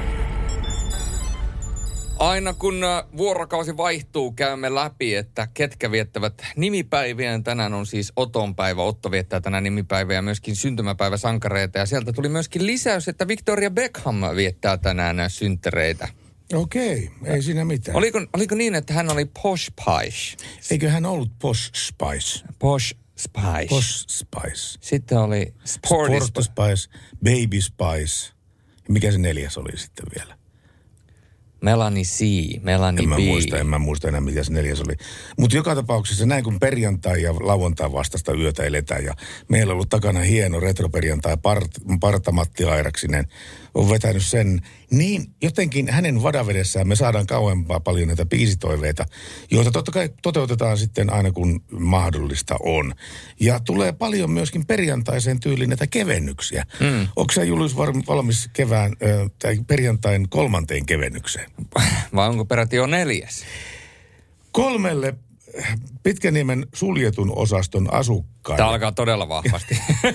Aina kun vuorokausi vaihtuu, käymme läpi, että ketkä viettävät nimipäiviä. Tänään on siis Oton päivä. Otto viettää tänään nimipäivää ja myöskin syntymäpäivä sankareita. Ja sieltä tuli myöskin lisäys, että Victoria Beckham viettää tänään synttäreitä. Okei, ei siinä mitään. Oliko niin, että hän oli Posh Spice? Eikö hän ollut Posh Spice? Posh Spice. Posh Spice. Sitten oli Sporty Spice, Baby Spice. Ja mikä se 4. oli sitten vielä? Melanie C, Melanie B. En mä muista enää, mitä se 4. oli. Mutta joka tapauksessa näin kun perjantai ja lauantai vastaista yötä eletään ja meillä on ollut takana hieno retroperjantai, Parta-Matti Airaksinen on vetänyt sen, niin jotenkin hänen vadavedessään me saadaan kauempaa paljon näitä biisitoiveita, joita totta kai toteutetaan sitten aina kun mahdollista on. Ja tulee paljon myöskin perjantaiseen tyyliin näitä kevennyksiä. Onko sä, Julius, valmis tai perjantain 3. kevennykseen? Vai onko peräti jo 4? 3 Pitkäniemen suljetun osaston asukkaille. Tämä alkaa todella vahvasti.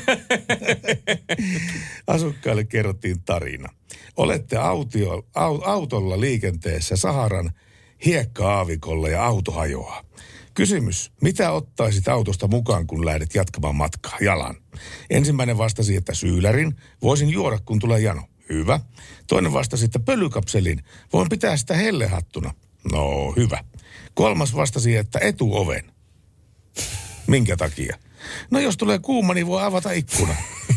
Asukkaille kerrottiin tarina. Olette autolla liikenteessä Saharan hiekka-aavikolla ja auto hajoaa. Kysymys, mitä ottaisit autosta mukaan, kun lähdet jatkamaan matkaa jalan? Ensimmäinen vastasi, että syylärin. Voisin juoda, kun tulee jano. Hyvä. Toinen vastasi, että pölykapselin. Voin pitää sitä hellehattuna. No, hyvä. 3 vastasi, että etuoven. Minkä takia? No jos tulee kuuma, niin voi avata ikkuna.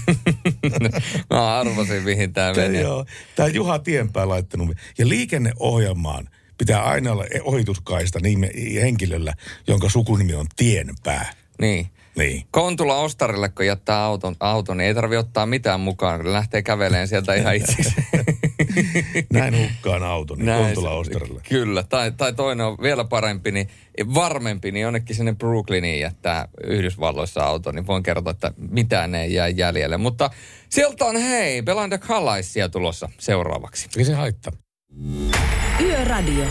Mä arvasin, mihin tää menee. Tää Juha Tienpää laittanut. Ja liikenneohjelmaan pitää aina olla ohituskaista henkilöllä, jonka sukunimi on Tienpää. Niin. Kontula Ostarille, kun jättää auton, niin ei tarvitse ottaa mitään mukaan, kun lähtee käveleen sieltä ihan itseksi. Näin hukkaan auton, niin Kontula Ostarilla. Kyllä, tai toinen on vielä parempi, niin varmempi, niin jonnekin sinne Brooklyniin jättää Yhdysvalloissa auto, niin voin kertoa, että mitään ei jää jäljelle. Mutta sieltä on Belinda Carlisleia tulossa seuraavaksi. Mikä se haittaa? Yöradio.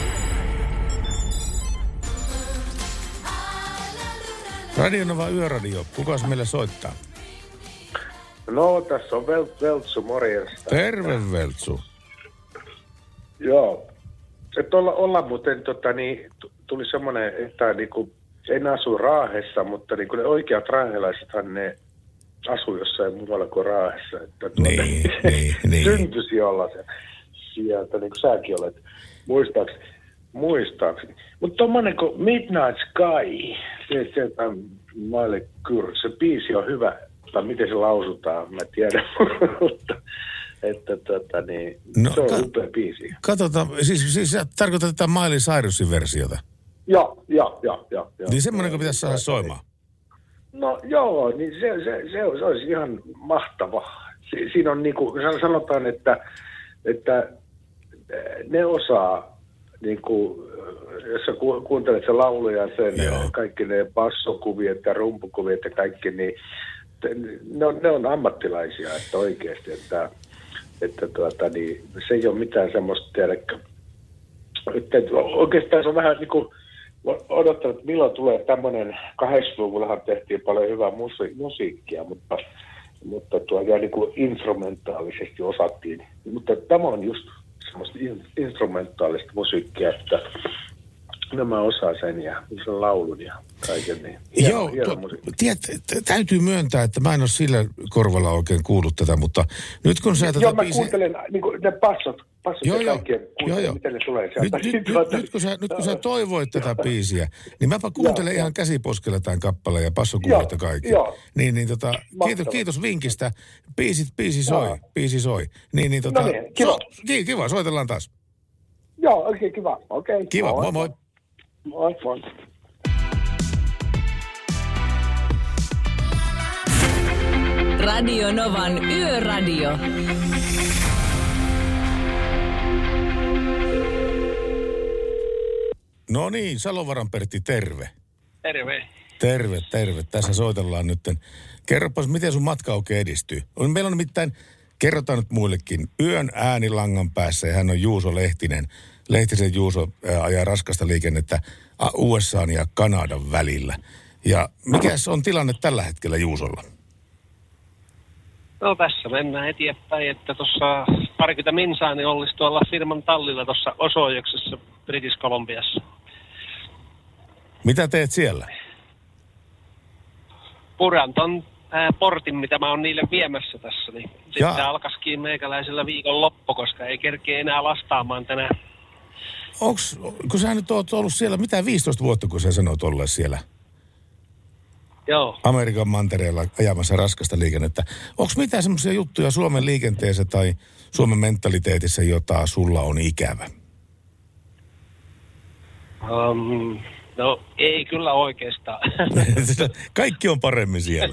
Radionova Yöradio. Kukas meille soittaa? No, tässä on Veltsu, morjesta. Terve, Veltsu. Joo. Että ollaan muuten, tuli semmoinen, että niinku, en asu Raahessa, mutta niinku ne oikeat raahelaisethan ne asuu jossain muualla kuin Raahessa. Että niin. Syntyisi olla se sieltä, niin kuin säkin olet, muistaakseni. Mutta tommonen kuin Midnight Sky, se Miley Cyrus, se biisi on hyvä, tai miten se lausutaan, mä tiedän, mutta että se on upea biisi. Katsotaan, siis tarkoitat tätä Miley Cyrusin versiota? Joo. Niin semmoinen, pitäisi saada soimaan? No joo, niin se olisi ihan mahtava. Siinä on niin kuin sanotaan, että ne osaa, niin kuin, jos sä kuuntelet se laulu ja sen, kaikki ne bassokuviet ja rumpukuviet ja kaikki, niin ne on ammattilaisia, että oikeasti, että niin, se ei ole mitään semmoista, tiedäkö, että oikeastaan se on vähän niin kuin odottanut, että milloin tulee tämmöinen, 80-luvullahan tehtiin paljon hyvää musiikkia, mutta ja niin kuin instrumentaalisesti osattiin. Mutta tämä on just semmoista instrumentaalista musiikkia, että nämä osaa sen ja sen laulun ja kaiken niin. Joo, täytyy myöntää, että mä en ole sillä korvalla oikein kuullut tätä, mutta nyt kun sä mä kuuntelen niin kuin ne passot ja kaikkien kuuntelen, miten ne tulee sieltä. Nyt kun sä toivoit tätä biisiä, niin mäpä kuuntelen ihan käsiposkella tämän kappaleen ja passokuvat ja kaikki. Kiitos vinkistä. Biisi soi. Kiva, soitellaan taas. Joo, oikein kiva. Okei. Kiva, moi. Moi. Radio Novan Yöradio. No niin, Salovaran Pertti, terve. Terve. Terve. Tässä soitellaan nytten. Kerropas, miten sun matka oikein edistyy. Meillä on nimittäin, kerrotaan nyt muillekin, yön ääni langan päässä ja hän on Juuso Lehtinen. Lehtisen Juuso ajaa raskasta liikennettä USA:n ja Kanadan välillä. Ja mikäs on tilanne tällä hetkellä Juusolla? No tässä mennään eteenpäin, että tuossa 20 minsaa niin olisi tuolla firman tallilla tuossa Osojoksessa British Columbiassa. Mitä teet siellä? Puran ton portin, mitä mä oon niille viemässä tässä, niin sitten alkaisikin meikäläisellä viikon loppu, koska ei kerkeä enää lastaamaan tänään. Kun sä nyt oot ollut siellä, mitä 15 vuotta, kun sä sanoit olleen siellä? Joo. Amerikan mantereella ajamassa raskasta liikennettä. Onko mitään semmoisia juttuja Suomen liikenteessä tai Suomen mentaliteetissä, jota sulla on ikävä? No ei kyllä oikeastaan. Kaikki on paremmin siellä.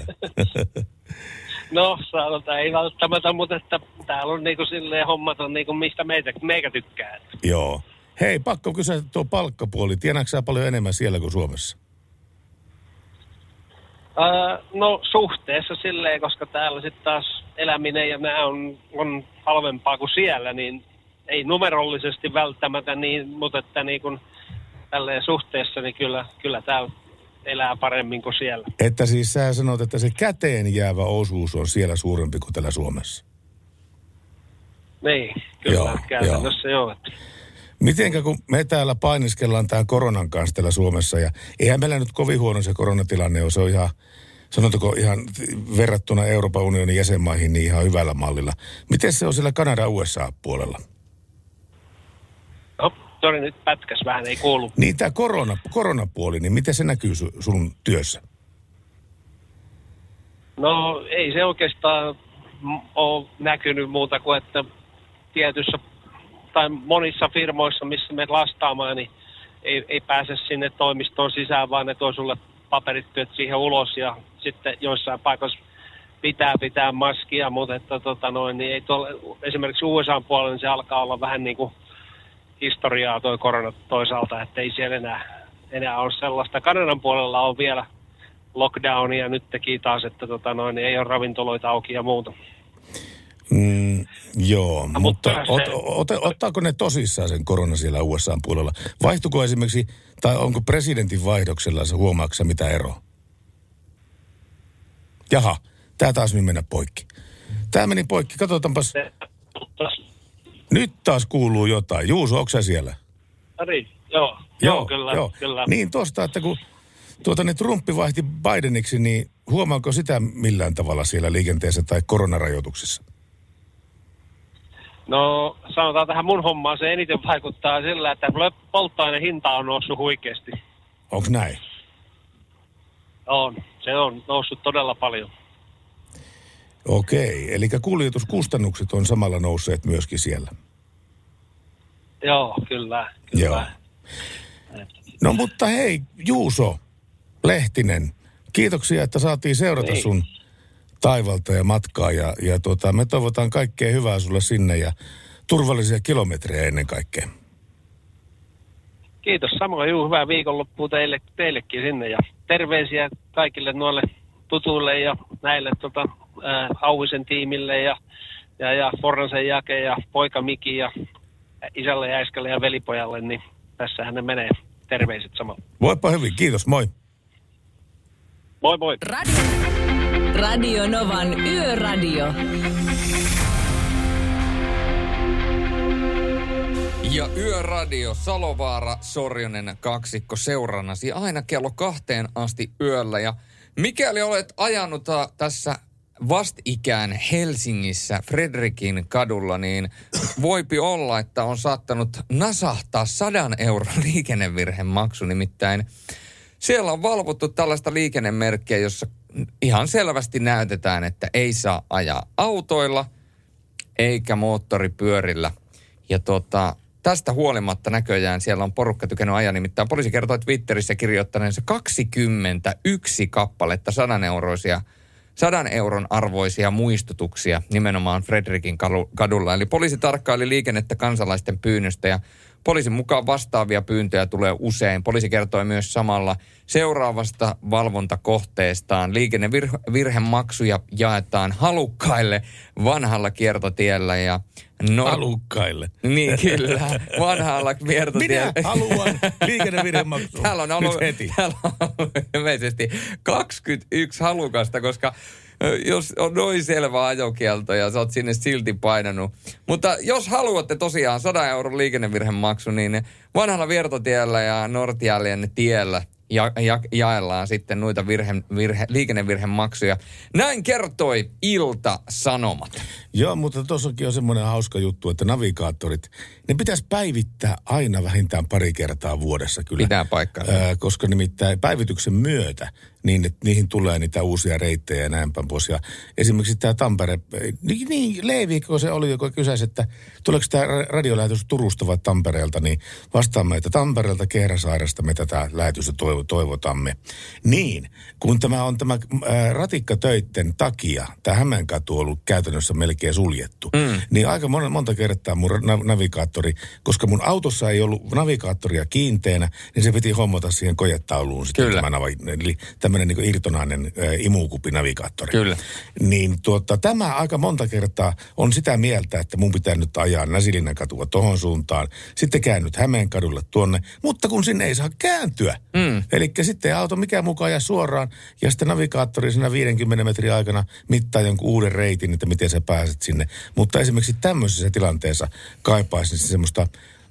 No sanotaan, ei välttämättä, mutta että täällä on niinku silleen hommat on niinku mistä meikä tykkää. Joo. Hei, pakko kysyä tuo palkkapuoli. Tiedätkö sä paljon enemmän siellä kuin Suomessa? No suhteessa silleen, koska täällä sitten taas eläminen ja nämä on halvempaa kuin siellä, niin ei numerollisesti välttämättä niin, mutta että niin kuin tälleen suhteessa, niin kyllä täällä elää paremmin kuin siellä. Että siis sä sanot, että se käteen jäävä osuus on siellä suurempi kuin täällä Suomessa? Niin, kyllä käytännössä joo. Mitenkä kun me täällä painiskellaan tämän koronan kanssa täällä Suomessa, ja eihän meillä nyt kovin huono se koronatilanne ole, se on ihan, sanotaanko ihan verrattuna Euroopan unionin jäsenmaihin, niin ihan hyvällä mallilla. Miten se on siellä Kanada-USA-puolella? No, tori nyt pätkäs vähän, ei kuulu. Niin tämä koronapuoli, niin miten se näkyy sun työssä? No ei se oikeastaan ole näkynyt muuta kuin, että tietyssä tai monissa firmoissa, missä menet lastaamaan, niin ei pääse sinne toimistoon sisään, vaan ne tuo sulle paperityöt siihen ulos ja sitten joissain paikoissa pitää maskia, mutta että niin ei esimerkiksi USA:n puolella niin se alkaa olla vähän niin kuin historiaa toi korona toisaalta, että ei siellä enää ole sellaista. Kanadan puolella on vielä lockdownia nyt teki taas, että niin ei ole ravintoloita auki ja muuta. Joo, mutta ottaako ne tosissaan sen korona siellä USA:n puolella? Vaihtuiko esimerkiksi, tai onko presidentin vaihdoksella se huomaaksa mitä eroa? Jaha, tää taas mennä poikki. Tää meni poikki, katsotaanpas. Nyt taas kuuluu jotain. Juuso, onko sä siellä? Joo, kyllä. Niin tosta, että kun Trumpi vaihti Bideniksi, niin huomaako sitä millään tavalla siellä liikenteessä tai koronarajoituksissa? No sanotaan tähän mun hommaan, se eniten vaikuttaa sillä, että polttoaineen hinta on noussut huikeasti. Onko näin? Se on noussut todella paljon. Okei, eli kuljetuskustannukset on samalla nousseet myöskin siellä. Joo, kyllä. Joo. No mutta hei, Juuso Lehtinen, kiitoksia, että saatiin seurata sun taivalta ja matkaa. Ja me toivotaan kaikkea hyvää sulle sinne ja turvallisia kilometrejä ennen kaikkea. Kiitos samoin, hyvää viikonloppua teillekin sinne ja terveisiä kaikille noille tutuille ja näille Auhisen tiimille ja Forransen Jake ja poika Miki ja isälle ja äiskälle ja velipojalle, niin tässähän ne menee. Terveiset samalla. Voipa hyvin, kiitos, moi. Moi. Radio Novan Yöradio. Ja Yöradio, Salovaara, Sorjonen kaksikko seurannasi aina kello 2 asti yöllä. Ja mikäli olet ajanut tässä vastikään Helsingissä Fredrikin kadulla, niin voipi olla, että on saattanut nasahtaa 100 euron liikennevirhemaksu. Nimittäin siellä on valvottu tällaista liikennemerkkiä, jossa ihan selvästi näytetään, että ei saa ajaa autoilla eikä moottoripyörillä. Ja tästä huolimatta näköjään siellä on porukka tykännyt ajaa. Nimittäin poliisi kertoi Twitterissä kirjoittaneensa 21 kappaletta 100 euron arvoisia muistutuksia nimenomaan Fredrikin kadulla. Eli poliisi tarkkaili liikennettä kansalaisten pyynnöstä ja poliisin mukaan vastaavia pyyntöjä tulee usein. Poliisi kertoi myös samalla seuraavasta valvontakohteestaan. Liikennevirhemaksuja jaetaan halukkaille vanhalla kiertotiellä ja halukkaille. Niin, kyllä. Vanhalla kiertotiellä. Minä haluan liikennevirhemaksu. Täällä on ollut ilmeisesti 21 halukasta, koska jos on noin selvä ajokielto ja sä oot sinne silti painanut. Mutta jos haluatte tosiaan 100 euron liikennevirhemaksu, niin vanhalla Viertotiellä ja Nortialien tiellä jaellaan sitten noita liikennevirhemaksuja. Näin kertoi Ilta-Sanomat. Joo, mutta tossakin on semmoinen hauska juttu, että navigaattorit, ne pitäisi päivittää aina vähintään pari kertaa vuodessa kyllä. Pitää paikkaa. Koska nimittäin päivityksen myötä, niin että niihin tulee niitä uusia reittejä ja näin päin pois. Ja esimerkiksi tämä Tampere, niin Leevikko se oli, joka kysäisi, että tuleeko tämä radiolähetys Turusta vai Tampereelta, niin vastaamme, että Tampereelta Kehräsaaresta me tätä lähetystä toivotamme. Niin, kun tämä on ratikkatöitten takia, tämä Hämeenkatu on ollut käytännössä melkein suljettu, niin aika monta kertaa mun navigaattori, koska mun autossa ei ollut navigaattoria kiinteänä, niin se piti hommata siihen kojetauluun sitten eli tämmöinen niin kuin irtonainen imukupinavigaattori. Kyllä. Niin tämä aika monta kertaa on sitä mieltä, että mun pitää nyt ajaa Näsilinnan katua tohon suuntaan, sitten käännyt Hämeenkadulle tuonne, mutta kun sinne ei saa kääntyä. Eli sitten ei auto mikään mukaan ajaa suoraan, ja sitten navigaattori siinä 50 metrin aikana mittaa jonkun uuden reitin, että miten sä pääset sinne. Mutta esimerkiksi tämmöisessä tilanteessa kaipaisin semmoista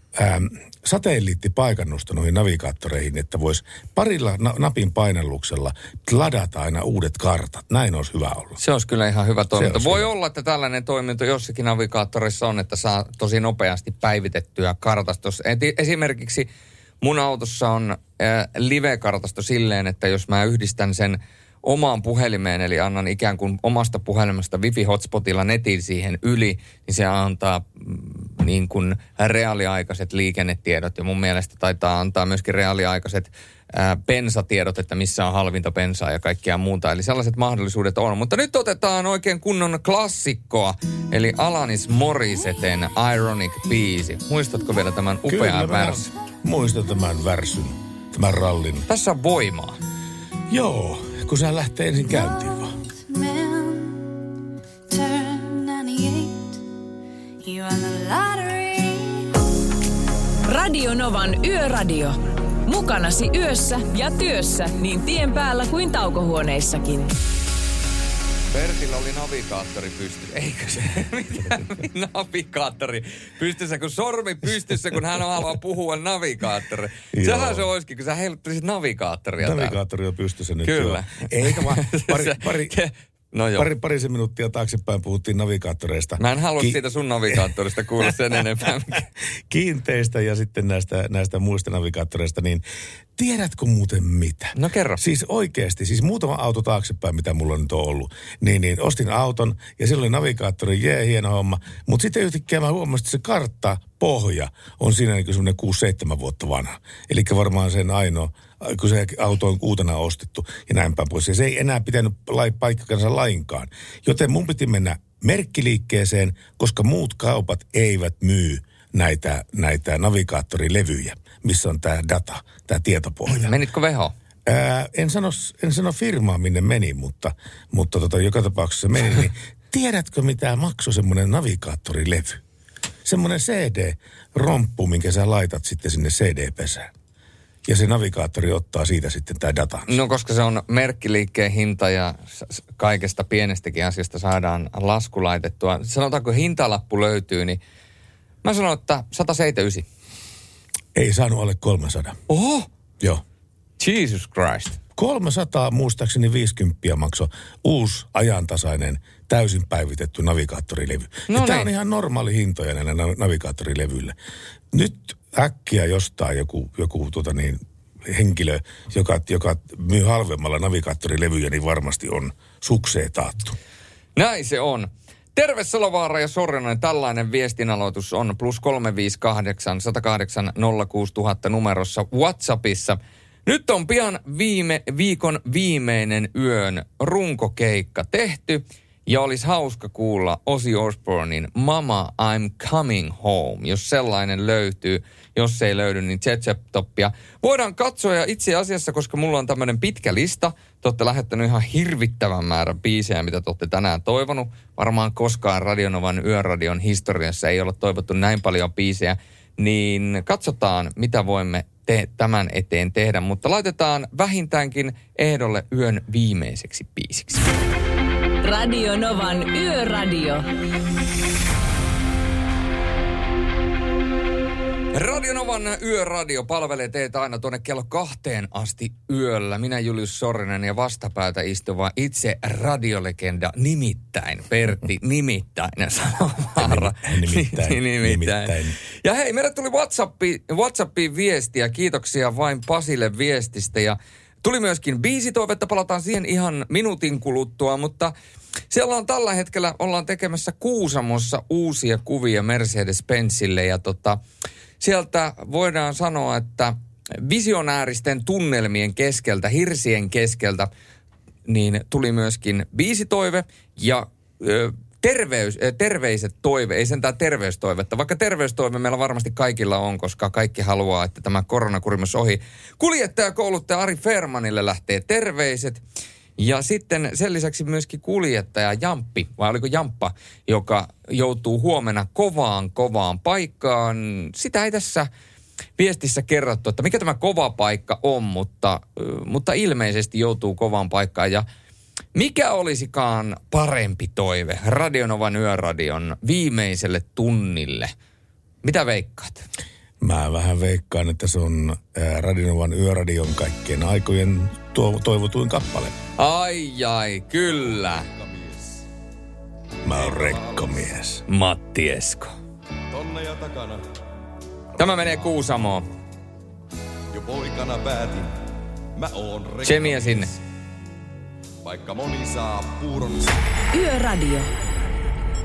satelliittipaikannusta noihin navigaattoreihin, että voisi parilla napin painalluksella ladata aina uudet kartat. Näin olisi hyvä olla. Se olisi kyllä ihan hyvä toiminto. Voi olla, että tällainen toiminto jossakin navigaattorissa on, että saa tosi nopeasti päivitettyä kartastossa. Esimerkiksi mun autossa on live-kartasto silleen, että jos mä yhdistän sen omaan puhelimeen, eli annan ikään kuin omasta puhelimesta wifi-hotspotilla netin siihen yli, niin se antaa niin kuin reaaliaikaiset liikennetiedot ja mun mielestä taitaa antaa myöskin reaaliaikaiset bensatiedot, että missä on halvinta bensaa ja kaikkea muuta. Eli sellaiset mahdollisuudet on. Mutta nyt otetaan oikein kunnon klassikkoa, eli Alanis Morisseten Ironic-biisi. Muistatko vielä tämän upean värsyn? Muistan tämän värsyn, tämän rallin. Tässä on voimaa. Joo, kun sä lähtee ensin käyntiin vaan. Radio Novan Yöradio. Mukanasi yössä ja työssä niin tien päällä kuin taukohuoneissakin. Pertillä oli navigaattori pystyssä. Eikö se? Mitä navigaattori pystyssä, kun sormi pystyssä, kun hän haluaa puhua navigaattori. Sehän se olisikin, kun sä heiluttelisit navigaattoria täällä. Navigaattori on pystyssä nyt. Kyllä. Eikä vaan parisen minuuttia taaksepäin puhuttiin navigaattoreista. Mä en halua siitä sun navigaattorista kuulla sen enempää. Kiinteistä ja sitten näistä muista navigaattoreista, niin tiedätkö muuten mitä? No kerro. Siis oikeasti, siis muutama auto taaksepäin, mitä mulla nyt on ollut. Niin ostin auton ja siellä oli navigaattori, hieno homma. Mutta sitten yhtäkkiä mä huomasin, että se kartta, pohja, on siinä niin kuin semmoinen 6-7 vuotta vanha. Eli varmaan sen ainoa, kun se auto on uutena ostettu ja näin päin pois. Ja se ei enää pitänyt paikkansa lainkaan. Joten mun piti mennä merkkiliikkeeseen, koska muut kaupat eivät myy näitä navigaattorilevyjä, missä on tämä data, tämä tietopohja. Menitkö veho? En sano firmaa, minne meni, mutta joka tapauksessa meni. Niin tiedätkö, mitä maksoi semmoinen navigaattorilevy? Semmoinen CD-romppu, minkä sä laitat sitten sinne CD-pesään. Ja se navigaattori ottaa siitä sitten tämä datan. No koska se on merkkiliikkeen hinta ja kaikesta pienestäkin asiasta saadaan lasku laitettua. Sanotaanko hintalappu löytyy, niin mä sanon, että 179. Ei saanut alle 300. Oho! Joo. Jesus Christ. 300 muistaakseni 50 maksoi uusi ajantasainen täysin päivitetty navigaattorilevy. No niin. Tämä on ihan normaali hintoja näillä navigaattorilevyillä. Nyt äkkiä jostain joku henkilö, joka myy halvemmalla navigaattorilevyjä, niin varmasti on sukseen taattu. Näin se on. Terve Salovaara ja Sorjonen, tällainen viestinaloitus on +358 108 06000 numerossa WhatsAppissa. Nyt on pian viikon viimeinen yön runkokeikka tehty ja olisi hauska kuulla Ozzy Osbournein Mama I'm Coming Home, jos sellainen löytyy. Jos ei löydy, niin Jet-Toppia. Voidaan katsoa ja itse asiassa, koska mulla on tämmöinen pitkä lista, te olette lähettänyt ihan hirvittävän määrän biisejä, mitä te olette tänään toivonut. Varmaan koskaan Radio Novan Yöradion historiassa ei ole toivottu näin paljon biisejä, niin katsotaan, mitä voimme tämän eteen tehdä. Mutta laitetaan vähintäänkin ehdolle yön viimeiseksi biisiksi. Radio Novan Yöradio. Radio Novan Yöradio palvelee teitä aina tuonne kello 2 asti yöllä. Minä Julius Sorinen ja vastapäätä istuva itse radiolegenda, nimittäin Pertti, nimittäin Salovaara. Nimittäin. Ja hei, meille tuli WhatsAppiin viestiä. Kiitoksia vain Pasille viestistä ja tuli myöskin biisitoivetta, palataan siihen ihan minuutin kuluttua, mutta siellä on tällä hetkellä, ollaan tekemässä Kuusamossa uusia kuvia Mercedes-Benzille ja sieltä voidaan sanoa, että visionääristen tunnelmien keskeltä, hirsien keskeltä, niin tuli myöskin biisitoive ja terveiset toive, ei sentään terveystoivetta, vaikka terveystoive meillä varmasti kaikilla on, koska kaikki haluaa, että tämä koronakurimus ohi. Kuljettajakouluttaja Ari Fermanille lähtee terveiset. Ja sitten sen lisäksi myöskin kuljettaja Jamppi, vai oliko Jamppa, joka joutuu huomenna kovaan paikkaan. Sitä ei tässä viestissä kerrottu, että mikä tämä kova paikka on, mutta ilmeisesti joutuu kovaan paikkaan. Ja mikä olisikaan parempi toive Radio Novan Yöradion viimeiselle tunnille? Mitä veikkaat? Mä vähän veikkaan, että se on Radio Novan Yöradion kaikkien aikojen toivotuin kappale. Ai, kyllä. Mä oon rekkomies. Matti Esko. Tonne ja takana. Tämä menee Kuusamoon. Jo poikana päätin, mä oon rekkomies. Tsemiä sinne. Vaikka moni saa puuron. Yöradio.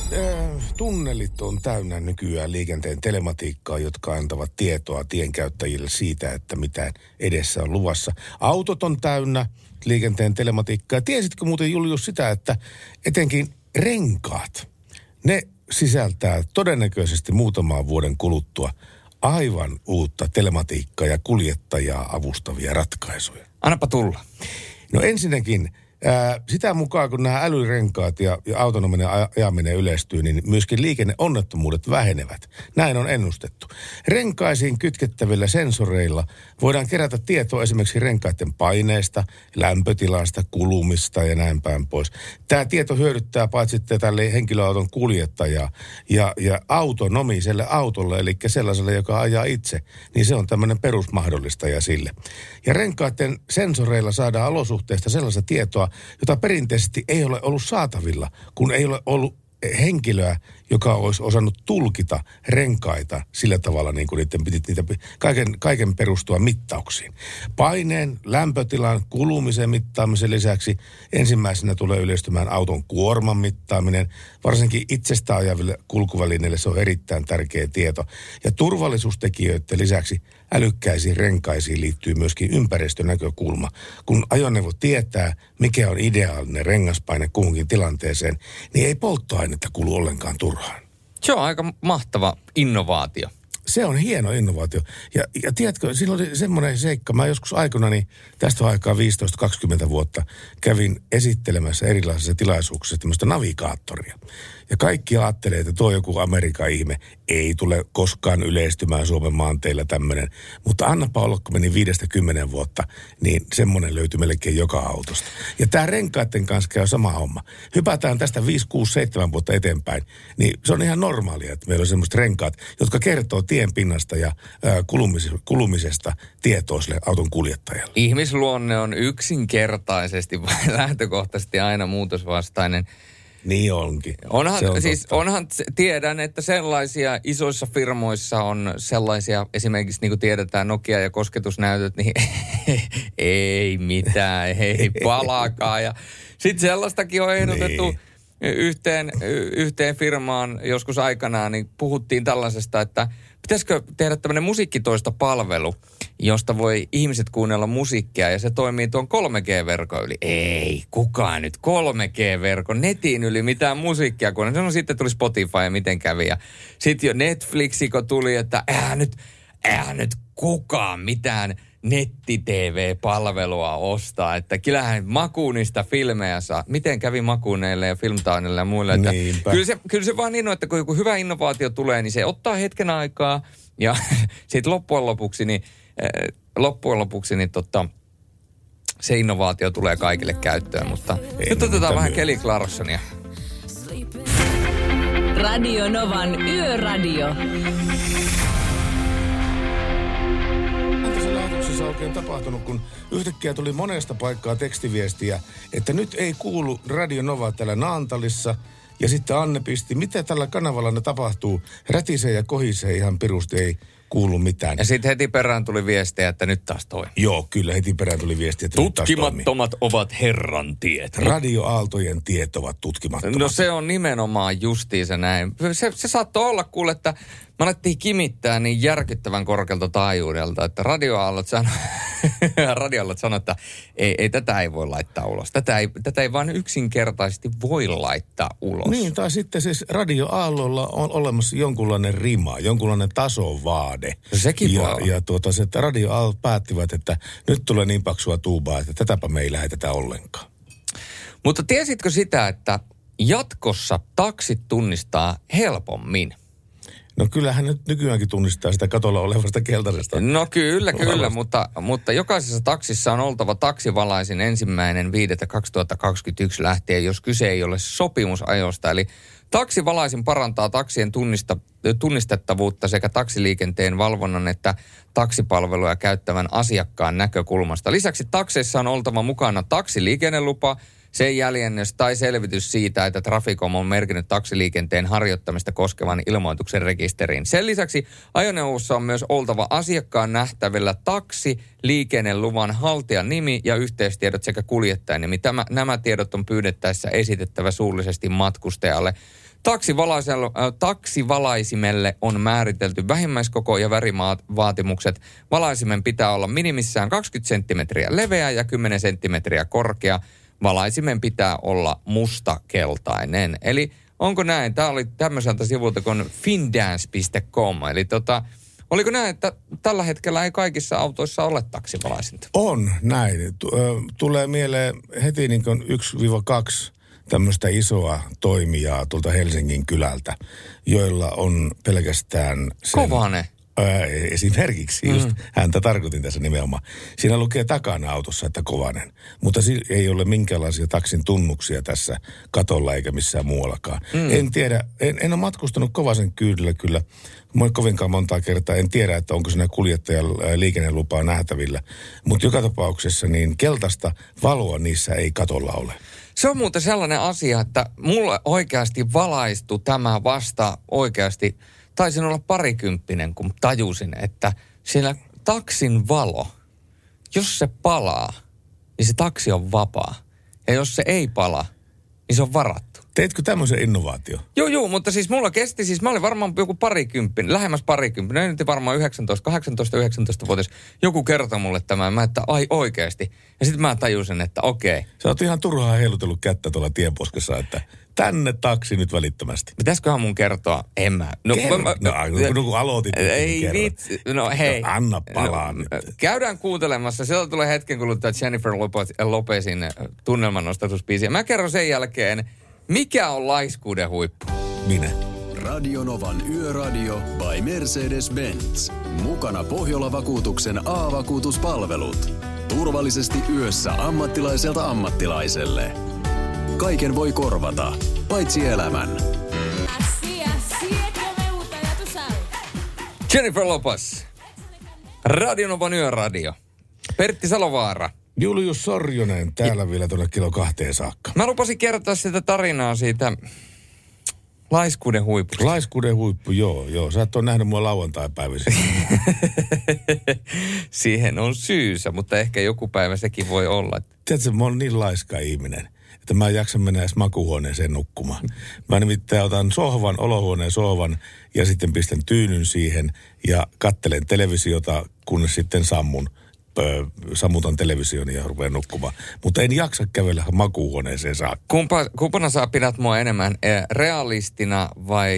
Tunnelit on täynnä nykyään liikenteen telematiikkaa, jotka antavat tietoa tienkäyttäjille siitä, että mitä edessä on luvassa. Autot on täynnä liikenteen telematiikkaa. Tiesitkö muuten, Julius, sitä, että etenkin renkaat, ne sisältää todennäköisesti muutaman vuoden kuluttua aivan uutta telematiikkaa ja kuljettajaa avustavia ratkaisuja? Annapa tulla. No ensinnäkin, sitä mukaan kun nämä älyrenkaat ja autonominen ajaminen yleistyy, niin myöskin liikenneonnettomuudet vähenevät. Näin on ennustettu. Renkaisiin kytkettävillä sensoreilla voidaan kerätä tietoa esimerkiksi renkaiden paineesta, lämpötilasta, kulumista ja näin päin pois. Tämä tieto hyödyttää paitsi tälle henkilöauton kuljettajaa ja autonomiselle autolle, eli sellaiselle, joka ajaa itse, niin se on tämmöinen perusmahdollistaja sille. Ja renkaiden sensoreilla saadaan olosuhteista sellaista tietoa, jota perinteisesti ei ole ollut saatavilla, kun ei ole ollut henkilöä, joka olisi osannut tulkita renkaita sillä tavalla, niin kuin niiden piti niitä kaiken perustua mittauksiin. Paineen, lämpötilan, kulumisen mittaamisen lisäksi ensimmäisenä tulee yleistymään auton kuorman mittaaminen. Varsinkin itsestä ajaville kulkuvälineille se on erittäin tärkeä tieto. Ja turvallisuustekijöiden lisäksi älykkäisiin renkaisiin liittyy myöskin ympäristönäkökulma. Kun ajoneuvo tietää, mikä on ideaalinen rengaspaine kuhunkin tilanteeseen, niin ei polttoainetta kulu ollenkaan turhaan. Se on aika mahtava innovaatio. Se on hieno innovaatio. Ja tiedätkö, silloin oli semmoinen seikka, mä joskus aikanani, tästä aikaa 15-20 vuotta, kävin esittelemässä erilaisissa tilaisuuksissa tämmöistä navigaattoria. Ja kaikki ajattelee, että tuo joku Amerikan ihme, ei tule koskaan yleistymään Suomen maanteilla tämmöinen. Mutta annapa olla, kun meni 5-10 vuotta, niin semmoinen löytyi melkein joka autosta. Ja tämä renkaiden kanssa käy sama homma. Hypätään tästä 5, 6, 7 vuotta eteenpäin, niin se on ihan normaalia, että meillä on semmoiset renkaat, jotka kertoo tien pinnasta ja kulumisesta tietoa sille auton kuljettajalle. Ihmisluonne on yksinkertaisesti vai lähtökohtaisesti aina muutosvastainen. Niin onkin. Tiedän, että sellaisia isoissa firmoissa on sellaisia, esimerkiksi niin kuin tiedetään Nokia ja kosketusnäytöt, niin ei mitään, ei palakaan. Ja sitten sellaistakin on ehdotettu yhteen firmaan joskus aikanaan, niin puhuttiin tällaisesta, että pitäisikö tehdä tämmöinen musiikkitoistopalvelu, josta voi ihmiset kuunnella musiikkia ja se toimii tuon 3G-verkon yli. Ei, kukaan nyt 3G-verkon netin yli mitään musiikkia kuunnella. No sitten tuli Spotify ja miten kävi. Ja sitten jo Netflixiko tuli, että eihän nyt kukaan mitään netti-tv-palvelua ostaa. Että kyllähän Makuunista filmejä saa. Miten kävi Makuuneille ja Filmtaunille ja muille. Että kyllä se vaan niin on, että kun joku hyvä innovaatio tulee, niin se ottaa hetken aikaa. Ja sitten loppujen lopuksi se innovaatio tulee kaikille käyttöön. Mutta nyt otetaan vähän Kelly Clarksonia. Radio Novan Yöradio. Oikein tapahtunut, kun yhtäkkiä tuli monesta paikkaa tekstiviestiä, että nyt ei kuulu Radio Nova täällä Naantalissa. Ja sitten Anne pisti, mitä tällä kanavalla ne tapahtuu. Rätisee ja kohisee ihan pirusti, ei kuulu mitään. Ja sitten heti perään tuli viestiä, että nyt taas toimii. Joo, kyllä heti perään tuli viestiä, että nyt taas toimii. Tutkimattomat ovat Herran tiet. Radioaaltojen tiet ovat tutkimattomat. No se on nimenomaan justiinsa näin. Se saattoi olla kuule, että me alettiin kimittää niin järkyttävän korkealta taajuudelta, että radioaallot sanoi, että ei tätä ei voi laittaa ulos. Tätä ei vaan yksinkertaisesti voi laittaa ulos. Niin, tai sitten siis radioaallolla on olemassa jonkunlainen rima, jonkunlainen tasovaade. Sekin voi olla. Ja se, että radioaallot päättivät, että nyt tulee niin paksua tuubaa, että tätäpä me ei lähetetä ollenkaan. Mutta tiesitkö sitä, että jatkossa taksit tunnistaa helpommin? No kyllähän nyt nykyäänkin tunnistaa sitä katolla olevasta keltaisesta. No kyllä, mutta jokaisessa taksissa on oltava taksivalaisin 1.5.2021 lähtien, jos kyse ei ole sopimusajosta. Eli taksivalaisin parantaa taksien tunnistettavuutta sekä taksiliikenteen valvonnan että taksipalveluja käyttävän asiakkaan näkökulmasta. Lisäksi takseissa on oltava mukana taksiliikennelupa, sen jäljennös tai selvitys siitä, että Traficom on merkinnyt taksiliikenteen harjoittamista koskevan ilmoituksen rekisteriin. Sen lisäksi ajoneuvossa on myös oltava asiakkaan nähtävillä taksiliikenneluvan haltijan nimi ja yhteystiedot sekä kuljettajan nimi. Nämä tiedot on pyydettäessä esitettävä suullisesti matkustajalle. Taksivalaisimelle on määritelty vähimmäiskoko ja värivaatimukset. Valaisimen pitää olla minimissään 20 senttimetriä leveä ja 10 senttimetriä korkea. Valaisimen pitää olla mustakeltainen. Eli onko näin? Tämä oli tämmöiseltä sivulta kuin findance.com. Eli oliko näin, että tällä hetkellä ei kaikissa autoissa ole taksivalaisinta? On näin. Tulee mieleen heti niin kuin 1-2 tämmöistä isoa toimijaa tuolta Helsingin kylältä, joilla on pelkästään Kovanen. Esimerkiksi just, häntä tarkoitin tässä nimenomaan. Siinä lukee takana autossa, että Kovanen. Mutta ei ole minkäänlaisia taksin tunnuksia tässä katolla eikä missään muuallakaan. En tiedä, en ole matkustanut Kovasen kyydillä kyllä. Moi kovinkaan montaa kertaa. En tiedä, että onko siinä kuljettajan liikennelupaa nähtävillä. Mutta joka tapauksessa niin keltaista valoa niissä ei katolla ole. Se on muuten sellainen asia, että mulle oikeasti valaistui tämä vasta oikeasti. Taisin olla 20, kun tajusin, että siellä taksin valo, jos se palaa, niin se taksi on vapaa. Ja jos se ei palaa, niin se on varattu. Teitkö tämmöisen innovaatio? Joo, mutta siis mulla kesti, mä olin varmaan joku 20, lähemmäs 20, nyt varmaan 18-19-vuotias. Joku kertoi mulle tämän, mä että ai oikeasti. Ja sitten mä tajusin, että okei. Sä oot ihan turhaan heilutellut kättä tuolla tienposkessa, että tänne taksi nyt välittömästi. Pitäisiköhän mun kertoa? En mä. Kun aloitit. Ei vitsi. No hei. No, anna palaa nyt. Käydään kuuntelemassa. Sieltä tulee hetken kuluttua Jennifer Lopezin tunnelmannostatusbiisi. Mä kerron sen jälkeen, mikä on laiskuuden huippu. Minä. Radio Novan Yöradio by Mercedes-Benz. Mukana Pohjola-vakuutuksen A-vakuutuspalvelut. Turvallisesti yössä ammattilaiselta ammattilaiselle. Kaiken voi korvata, paitsi elämän. Jennifer Lopez. Radio Novan Yöradio. Pertti Salovaara. Julius Sorjonen täällä vielä tuonne kello 2 saakka. Mä lupasin kertoa sitä tarinaa siitä laiskuuden huipusta. Laiskuuden huippu, joo. Sä et ole nähnyt mua lauantai-päivissä. Siihen on syysä, mutta ehkä joku päivä sekin voi olla. Tiedätkö, mä oon niin laiska ihminen, että mä en jaksa mennä edes makuuhuoneeseen nukkumaan. Mä nimittäin otan olohuoneen sohvan ja sitten pistän tyynyn siihen ja kattelen televisiota, kunnes sitten sammutan television ja rupean nukkumaan. Mutta en jaksa kävellä makuuhuoneeseen saakka. Kumpana sä pidät mua enemmän realistina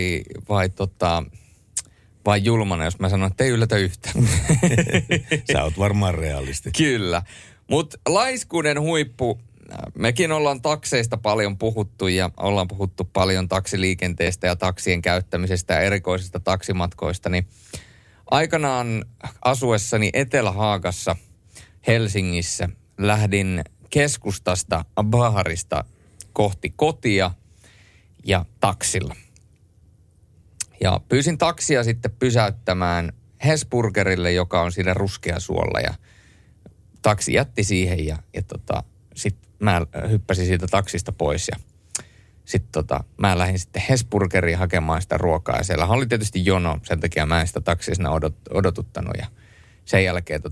vai julmana, jos mä sanon, että ei yllätä yhtään? Sä oot varmaan realisti. Kyllä. Mutta laiskuuden huippu, mekin ollaan takseista paljon puhuttu ja ollaan puhuttu paljon taksiliikenteestä ja taksien käyttämisestä ja erikoisista taksimatkoista, niin aikanaan asuessani Etelä-Haagassa Helsingissä lähdin keskustasta baarista kohti kotia ja taksilla. Ja pyysin taksia sitten pysäyttämään Hesburgerille, joka on siinä Ruskeasuolla, ja taksi jätti siihen ja sitten mä hyppäsin siitä taksista pois ja sitten mä lähdin sitten Hesburgeriin hakemaan sitä ruokaa ja siellä oli tietysti jono, sen takia mä en sitä taksia siinä odotuttanut ja sen jälkeen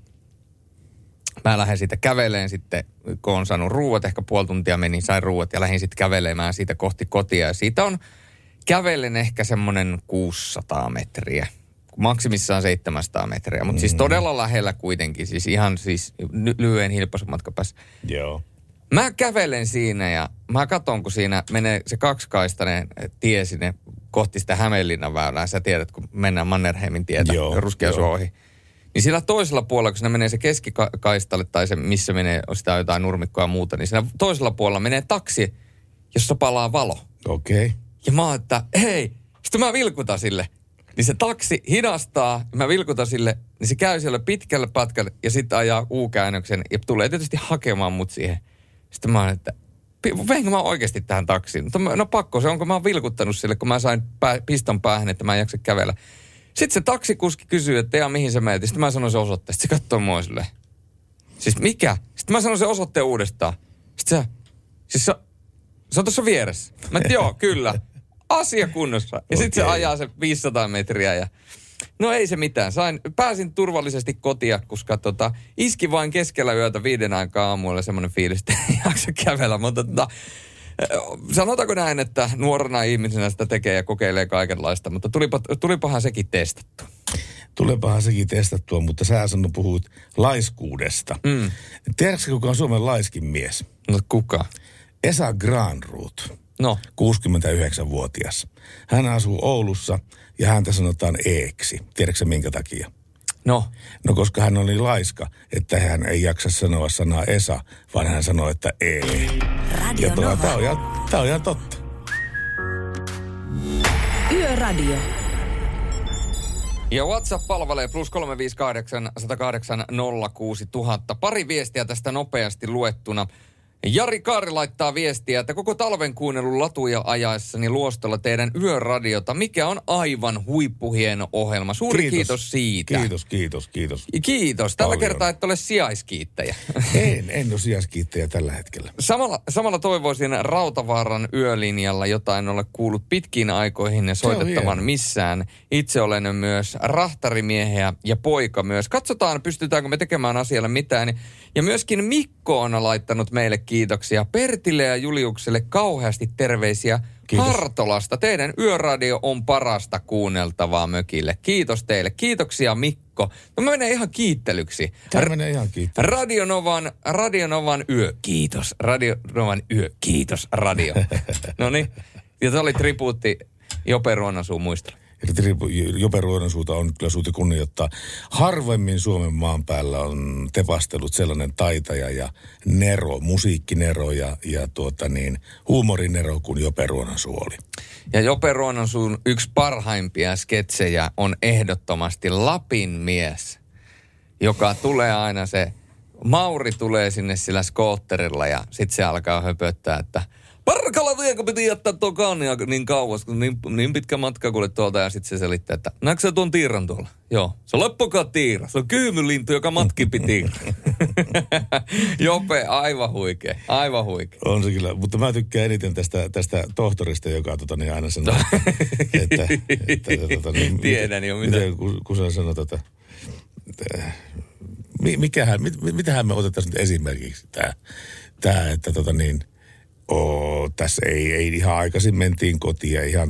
mä lähdin siitä käveleen sitten, kun on saanut ruuat, ehkä puoli tuntia menin, sain ruuat ja lähdin sitten kävelemään siitä kohti kotia ja siitä on kävelen ehkä semmoinen 600 metriä. Maksimissaan 700 metriä, mutta siis todella lähellä kuitenkin, siis ihan siis lyhyen hilpaisumatka päässä. Joo. Mä kävelen siinä ja mä katson, kun siinä menee se kaksikaistainen tie sinne kohti sitä Hämeenlinnan väylää. Sä tiedät, kun mennään Mannerheimin tietä Ruskeasuon ohi. Niin sillä toisella puolella, kun siinä menee se keskikaistalle tai se, missä menee sitä jotain nurmikkoa ja muuta, niin siinä toisella puolella menee taksi, jossa palaa valo. Okei. Ja mä oon, että hei, sitten mä vilkutan sille. Niin se taksi hidastaa, mä vilkutan sille, niin se käy siellä pitkällä pätkällä ja sitten ajaa U-käännöksen ja tulee tietysti hakemaan mut siihen. Sitten mä oon, että veinkö mä oikeasti tähän taksiin? No pakko se on, kun mä oon vilkuttanut sille, kun mä sain piston päähän, että mä en jaksa kävellä. Sitten se taksikuski kysyy, että ja mihin sä menet? Sitten mä sanon se osoitteen. Sitten se katsoo mua silleen. Siis mikä? Sitten mä sanon se osoitteen uudestaan. Sitten se on tuossa vieressä. Mä et, joo, kyllä. Asia kunnossa. Ja sitten se ajaa se 500 metriä ja no ei se mitään. Pääsin turvallisesti kotia, koska iski vain keskellä yötä 5 aikaa aamuilla semmoinen fiilis, että ei jaksa kävellä. Mutta Sanotaanko näin, että nuorena ihmisenä sitä tekee ja kokeilee kaikenlaista, mutta tulipahan sekin testattu. Tulepahan sekin testattua, mutta sä puhut laiskuudesta. Tiedätkö, kuka on Suomen laiskin mies? No kuka? Esa Granroth. No. 69-vuotias. Hän asuu Oulussa ja häntä sanotaan Eeksi. Tiedätkö minkä takia? No, koska hän on niin laiska, että hän ei jaksa sanoa sanaa Esa, vaan hän sanoo, että E. Radio ja tää on ihan totta. Yöradio. Ja WhatsApp palvelee +358 108 06000. Pari viestiä tästä nopeasti luettuna. Jari Kaari laittaa viestiä, että koko talven kuunnellut latuja ajaessani luostolla teidän yöradiota, mikä on aivan huippuhieno ohjelma. Suuri kiitos siitä. Kiitos. Kiitos. Tällä paljon. Kertaa et ole sijaiskiittäjä. En ole sijaiskiittäjä tällä hetkellä. Samalla toivoisin Rautavaaran yölinjalla, jota en ole kuullut pitkiin aikoihin ja soitettavan missään. Itse olen myös rahtarimiehiä ja poika myös. Katsotaan, pystytäänkö me tekemään asialle mitään. Ja myöskin Mikko on laittanut meille kiitoksia. Pertille ja Juliukselle kauheasti terveisiä Hartolasta. Teidän yöradio on parasta kuunneltavaa mökille. Kiitos teille. Kiitoksia Mikko. No mä menen ihan kiittelyksi. Tämä menee ihan kiittelyksi. Radio Novan yö. Kiitos. Radio Novan yö. Kiitos radio. Noniin. Ja se oli tribuutti Jope Ruonansuun muistolle. Jope Ruonansuuta on kyllä suuti kunnioittaa. Harvemmin Suomen maan päällä on tepastellut sellainen taitaja ja nero, musiikkinero ja huumorinero kuin Jope Ruonansuu oli. Ja Jope Ruonansuun yksi parhaimpia sketsejä on ehdottomasti Lapin mies, joka tulee aina Mauri tulee sinne sillä skootterilla ja sitten se alkaa höpöttää, että parkalla vielä, kun piti jättää tuo kaania niin kauas, kun niin pitkä matka kuule tuolta. Ja sitten se selittää, että näetkö sä tuon tiiran tuolla? Joo, se on leppokaa tiira. Se on kyymylintu, joka matkipi tiira. Jope, aivan huikea. On se kyllä, mutta mä tykkään eniten tästä tohtorista, joka aina sanoo, että tiedän jo mitä. Kun sä sanoo mitähän me otetaan nyt esimerkiksi tää, että tässä ei ihan aikaisin mentiin kotiin ja ihan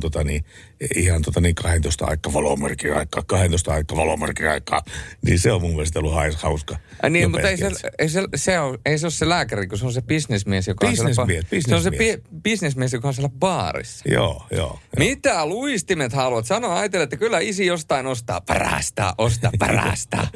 12 aika valomerkin aikaa. Niin se on mun mielestä ollut hauska. Niin, mutta ei se ole se lääkäri, kun se on se bisnesmies, joka on se bisnesmies, joka on siellä baarissa. Joo. Mitä luistimet haluat? Sano äitille, että kyllä isi jostain ostaa parasta.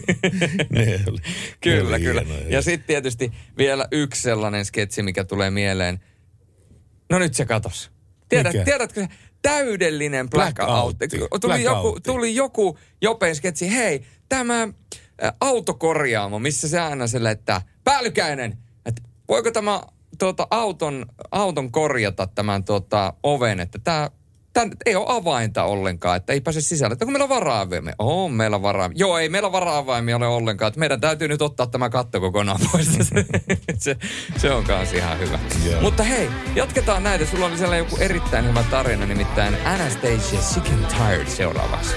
Kyllä. Ja sitten tietysti vielä yksi sellainen sketsi, mikä tulee mieleen. No nyt se katos. Tiedätkö se? Täydellinen blackout. Tuli joku Jopen sketsi. Hei, tämä autokorjaamo, missä se aina sille, että päällykäinen, että voiko tämä auton korjata tämän oven, että tämä ei ole avainta ollenkaan, että ei pääse sisälle. Että kun meillä on varaavaimia. On meillä varaavaimia. Joo, ei meillä varaavaimia ole ollenkaan. Että meidän täytyy nyt ottaa tämä katto kokonaan pois. se on kans ihan hyvä. Yeah. Mutta hei, jatketaan näitä. Sulla oli sellainen joku erittäin hyvä tarina, nimittäin Anastasia Sick and Tired seuraavaksi.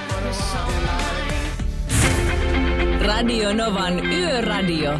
Radio Novan Yöradio.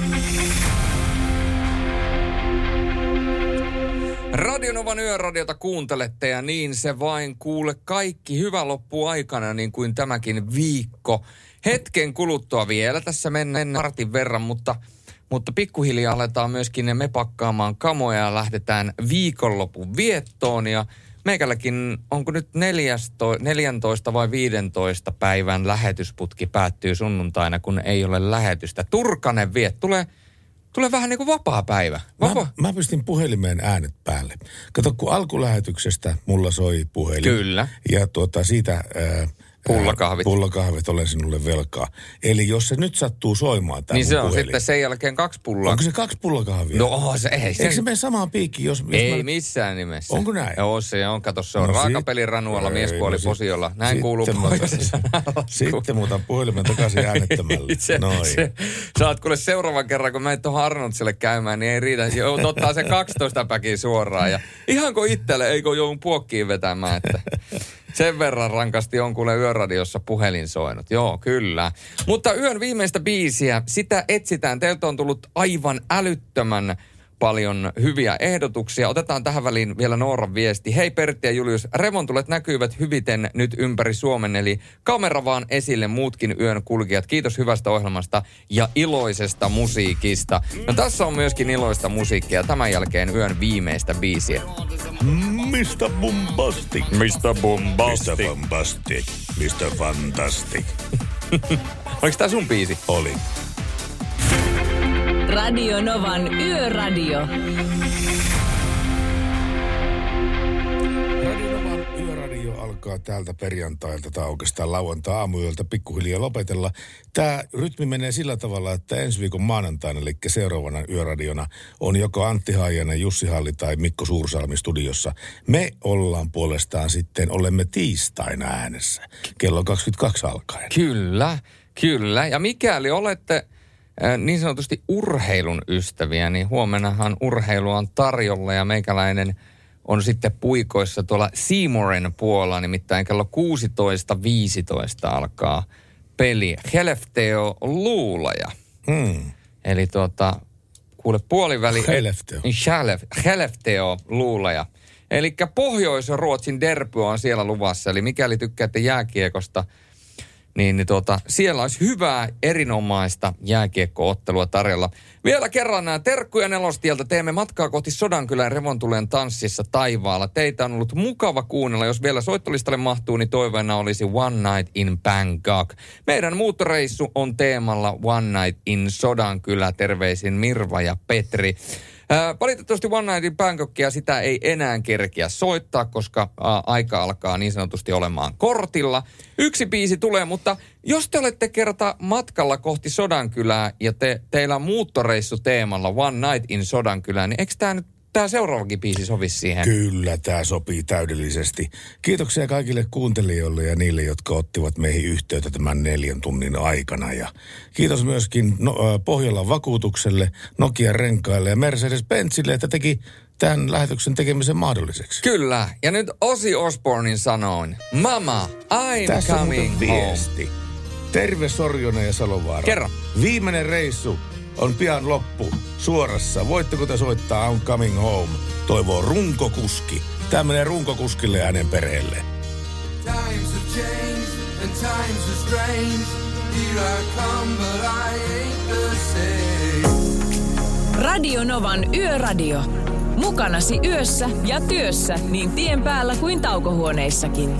Radio Novan Yöradiota kuuntelette ja niin se vain kuule kaikki hyvä loppu aikana niin kuin tämäkin viikko. Hetken kuluttua vielä tässä mennään vartin verran, mutta pikkuhiljaa aletaan myöskin me pakkaamaan kamoja ja lähdetään viikonlopun viettoon ja meikälläkin onko nyt 14 vai 15 päivän lähetysputki päättyy sunnuntaina, kun ei ole lähetystä. Turkanen Tulee vähän niin kuin vapaa päivä. Mä pystin puhelimeen äänet päälle. Kato, kun alkulähetyksestä mulla soi puhelin. Kyllä. Ja siitä pullakahvit olen sinulle velkaa. Eli jos se nyt sattuu soimaan tämä niin se on puhelin, sitten sen jälkeen 2 pullaa. Onko se 2 pullakahvia? No se ei. Eikö se mene samaan piikkiin? Ei missään nimessä. Onko näin? Joo, se on. Kato, se on raakapelin ranualla, miespuoli posiolla. Näin kuuluu poikasessa. Sitten muutan puhelimen takaisin äänettämällä. Saat kuule seuraavan kerran, kun menet tuohon Arnoldsille käymään, niin ei riitä. Ottaa se 12 päkiä suoraan. Ja ihanko itselle, eikö joudun puokkiin vetämään, että sen verran rankasti on kuule Yöradiossa puhelin soinut. Joo, kyllä. Mutta yön viimeistä biisiä, sitä etsitään. Teiltä on tullut aivan älyttömän paljon hyviä ehdotuksia. Otetaan tähän väliin vielä Nooran viesti. Hei Pertti ja Julius, revontulet näkyvät hyviten nyt ympäri Suomen, eli kamera vaan esille muutkin yön kulkijat. Kiitos hyvästä ohjelmasta ja iloisesta musiikista. No tässä on myöskin iloista musiikkia. Tämän jälkeen yön viimeistä biisiä. Mr. Bombastic. Mr. Bombastic. Mr. Bombastic. Mr. Fantastic. Oliko tää sun biisi? Oli. Radio Novan Yöradio. Radio Novan Yöradio alkaa täältä perjantailta tai oikeastaan lauantai-aamuyöltä pikkuhiljaa lopetella. Tämä rytmi menee sillä tavalla, että ensi viikon maanantaina, eli seuraavana Yöradiona, on joko Antti Haajanen, Jussi Halli tai Mikko Suursalmi studiossa. Me ollaan puolestaan sitten, olemme tiistaina äänessä, kello 22 alkaen. Kyllä. Ja mikäli olette niin sanotusti urheilun ystäviä, niin huomennahan urheilua on tarjolla ja meikäläinen on sitten puikoissa tuolla Seymourin puolella, nimittäin kello 16.15 alkaa peli Skellefteå Luulaja. Eli kuule puoliväli... Skellefteå Luulaja. Eli Pohjois-Ruotsin derby on siellä luvassa, eli mikäli tykkäätte jääkiekosta, niin siellä olisi hyvää, erinomaista jääkiekko-ottelua tarjolla. Vielä kerran nämä terkkuja Nelostieltä. Teemme matkaa kohti Sodankylän Revontulen tanssissa taivaalla. Teitä on ollut mukava kuunnella. Jos vielä soittolistalle mahtuu, niin toiveena olisi One Night in Bangkok. Meidän muuttoreissu on teemalla One Night in Sodankylä. Terveisin Mirva ja Petri. Valitettavasti One Night in Bangkokia sitä ei enää kerkiä soittaa, koska aika alkaa niin sanotusti olemaan kortilla. Yksi biisi tulee, mutta jos te olette kerta matkalla kohti Sodankylää ja teillä on muuttoreissu teemalla One Night in Sodankylää, niin eikö tämä seuraavakin biisi sovi siihen? Kyllä, tämä sopii täydellisesti. Kiitoksia kaikille kuuntelijoille ja niille, jotka ottivat meihin yhteyttä tämän 4 tunnin aikana. Ja kiitos myöskin Pohjolan vakuutukselle, Nokian renkaille ja Mercedes-Benzille, että teki tämän lähetyksen tekemisen mahdolliseksi. Kyllä, ja nyt Ozzy Osbournein sanoin, Mama, I'm tässä coming on viesti. home. Terve Sorjonen ja Salovaara. Kerro. Viimeinen reissu on pian loppu suorassa. Voitteko te soittaa I'm Coming Home? Toivoo runkokuski. Tämä menee runkokuskille ja hänen perheelle. Times have changed and times are strange. Here I come but I ain't the same. Radio Novan Yöradio. Mukanasi yössä ja työssä niin tien päällä kuin taukohuoneissakin.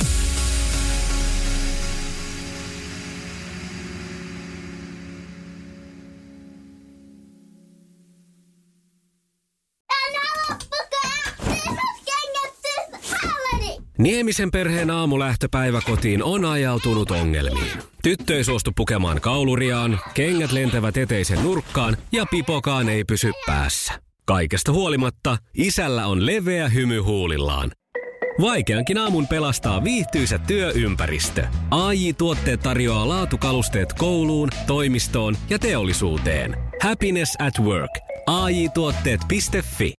Niemisen perheen aamulähtöpäivä kotiin on ajautunut ongelmiin. Tyttö ei suostu pukemaan kauluriaan, kengät lentävät eteisen nurkkaan ja pipokaan ei pysy päässä. Kaikesta huolimatta, isällä on leveä hymy huulillaan. Vaikeankin aamun pelastaa viihtyisä työympäristö. AJ-tuotteet tarjoaa laatukalusteet kouluun, toimistoon ja teollisuuteen. Happiness at work. AJ-tuotteet.fi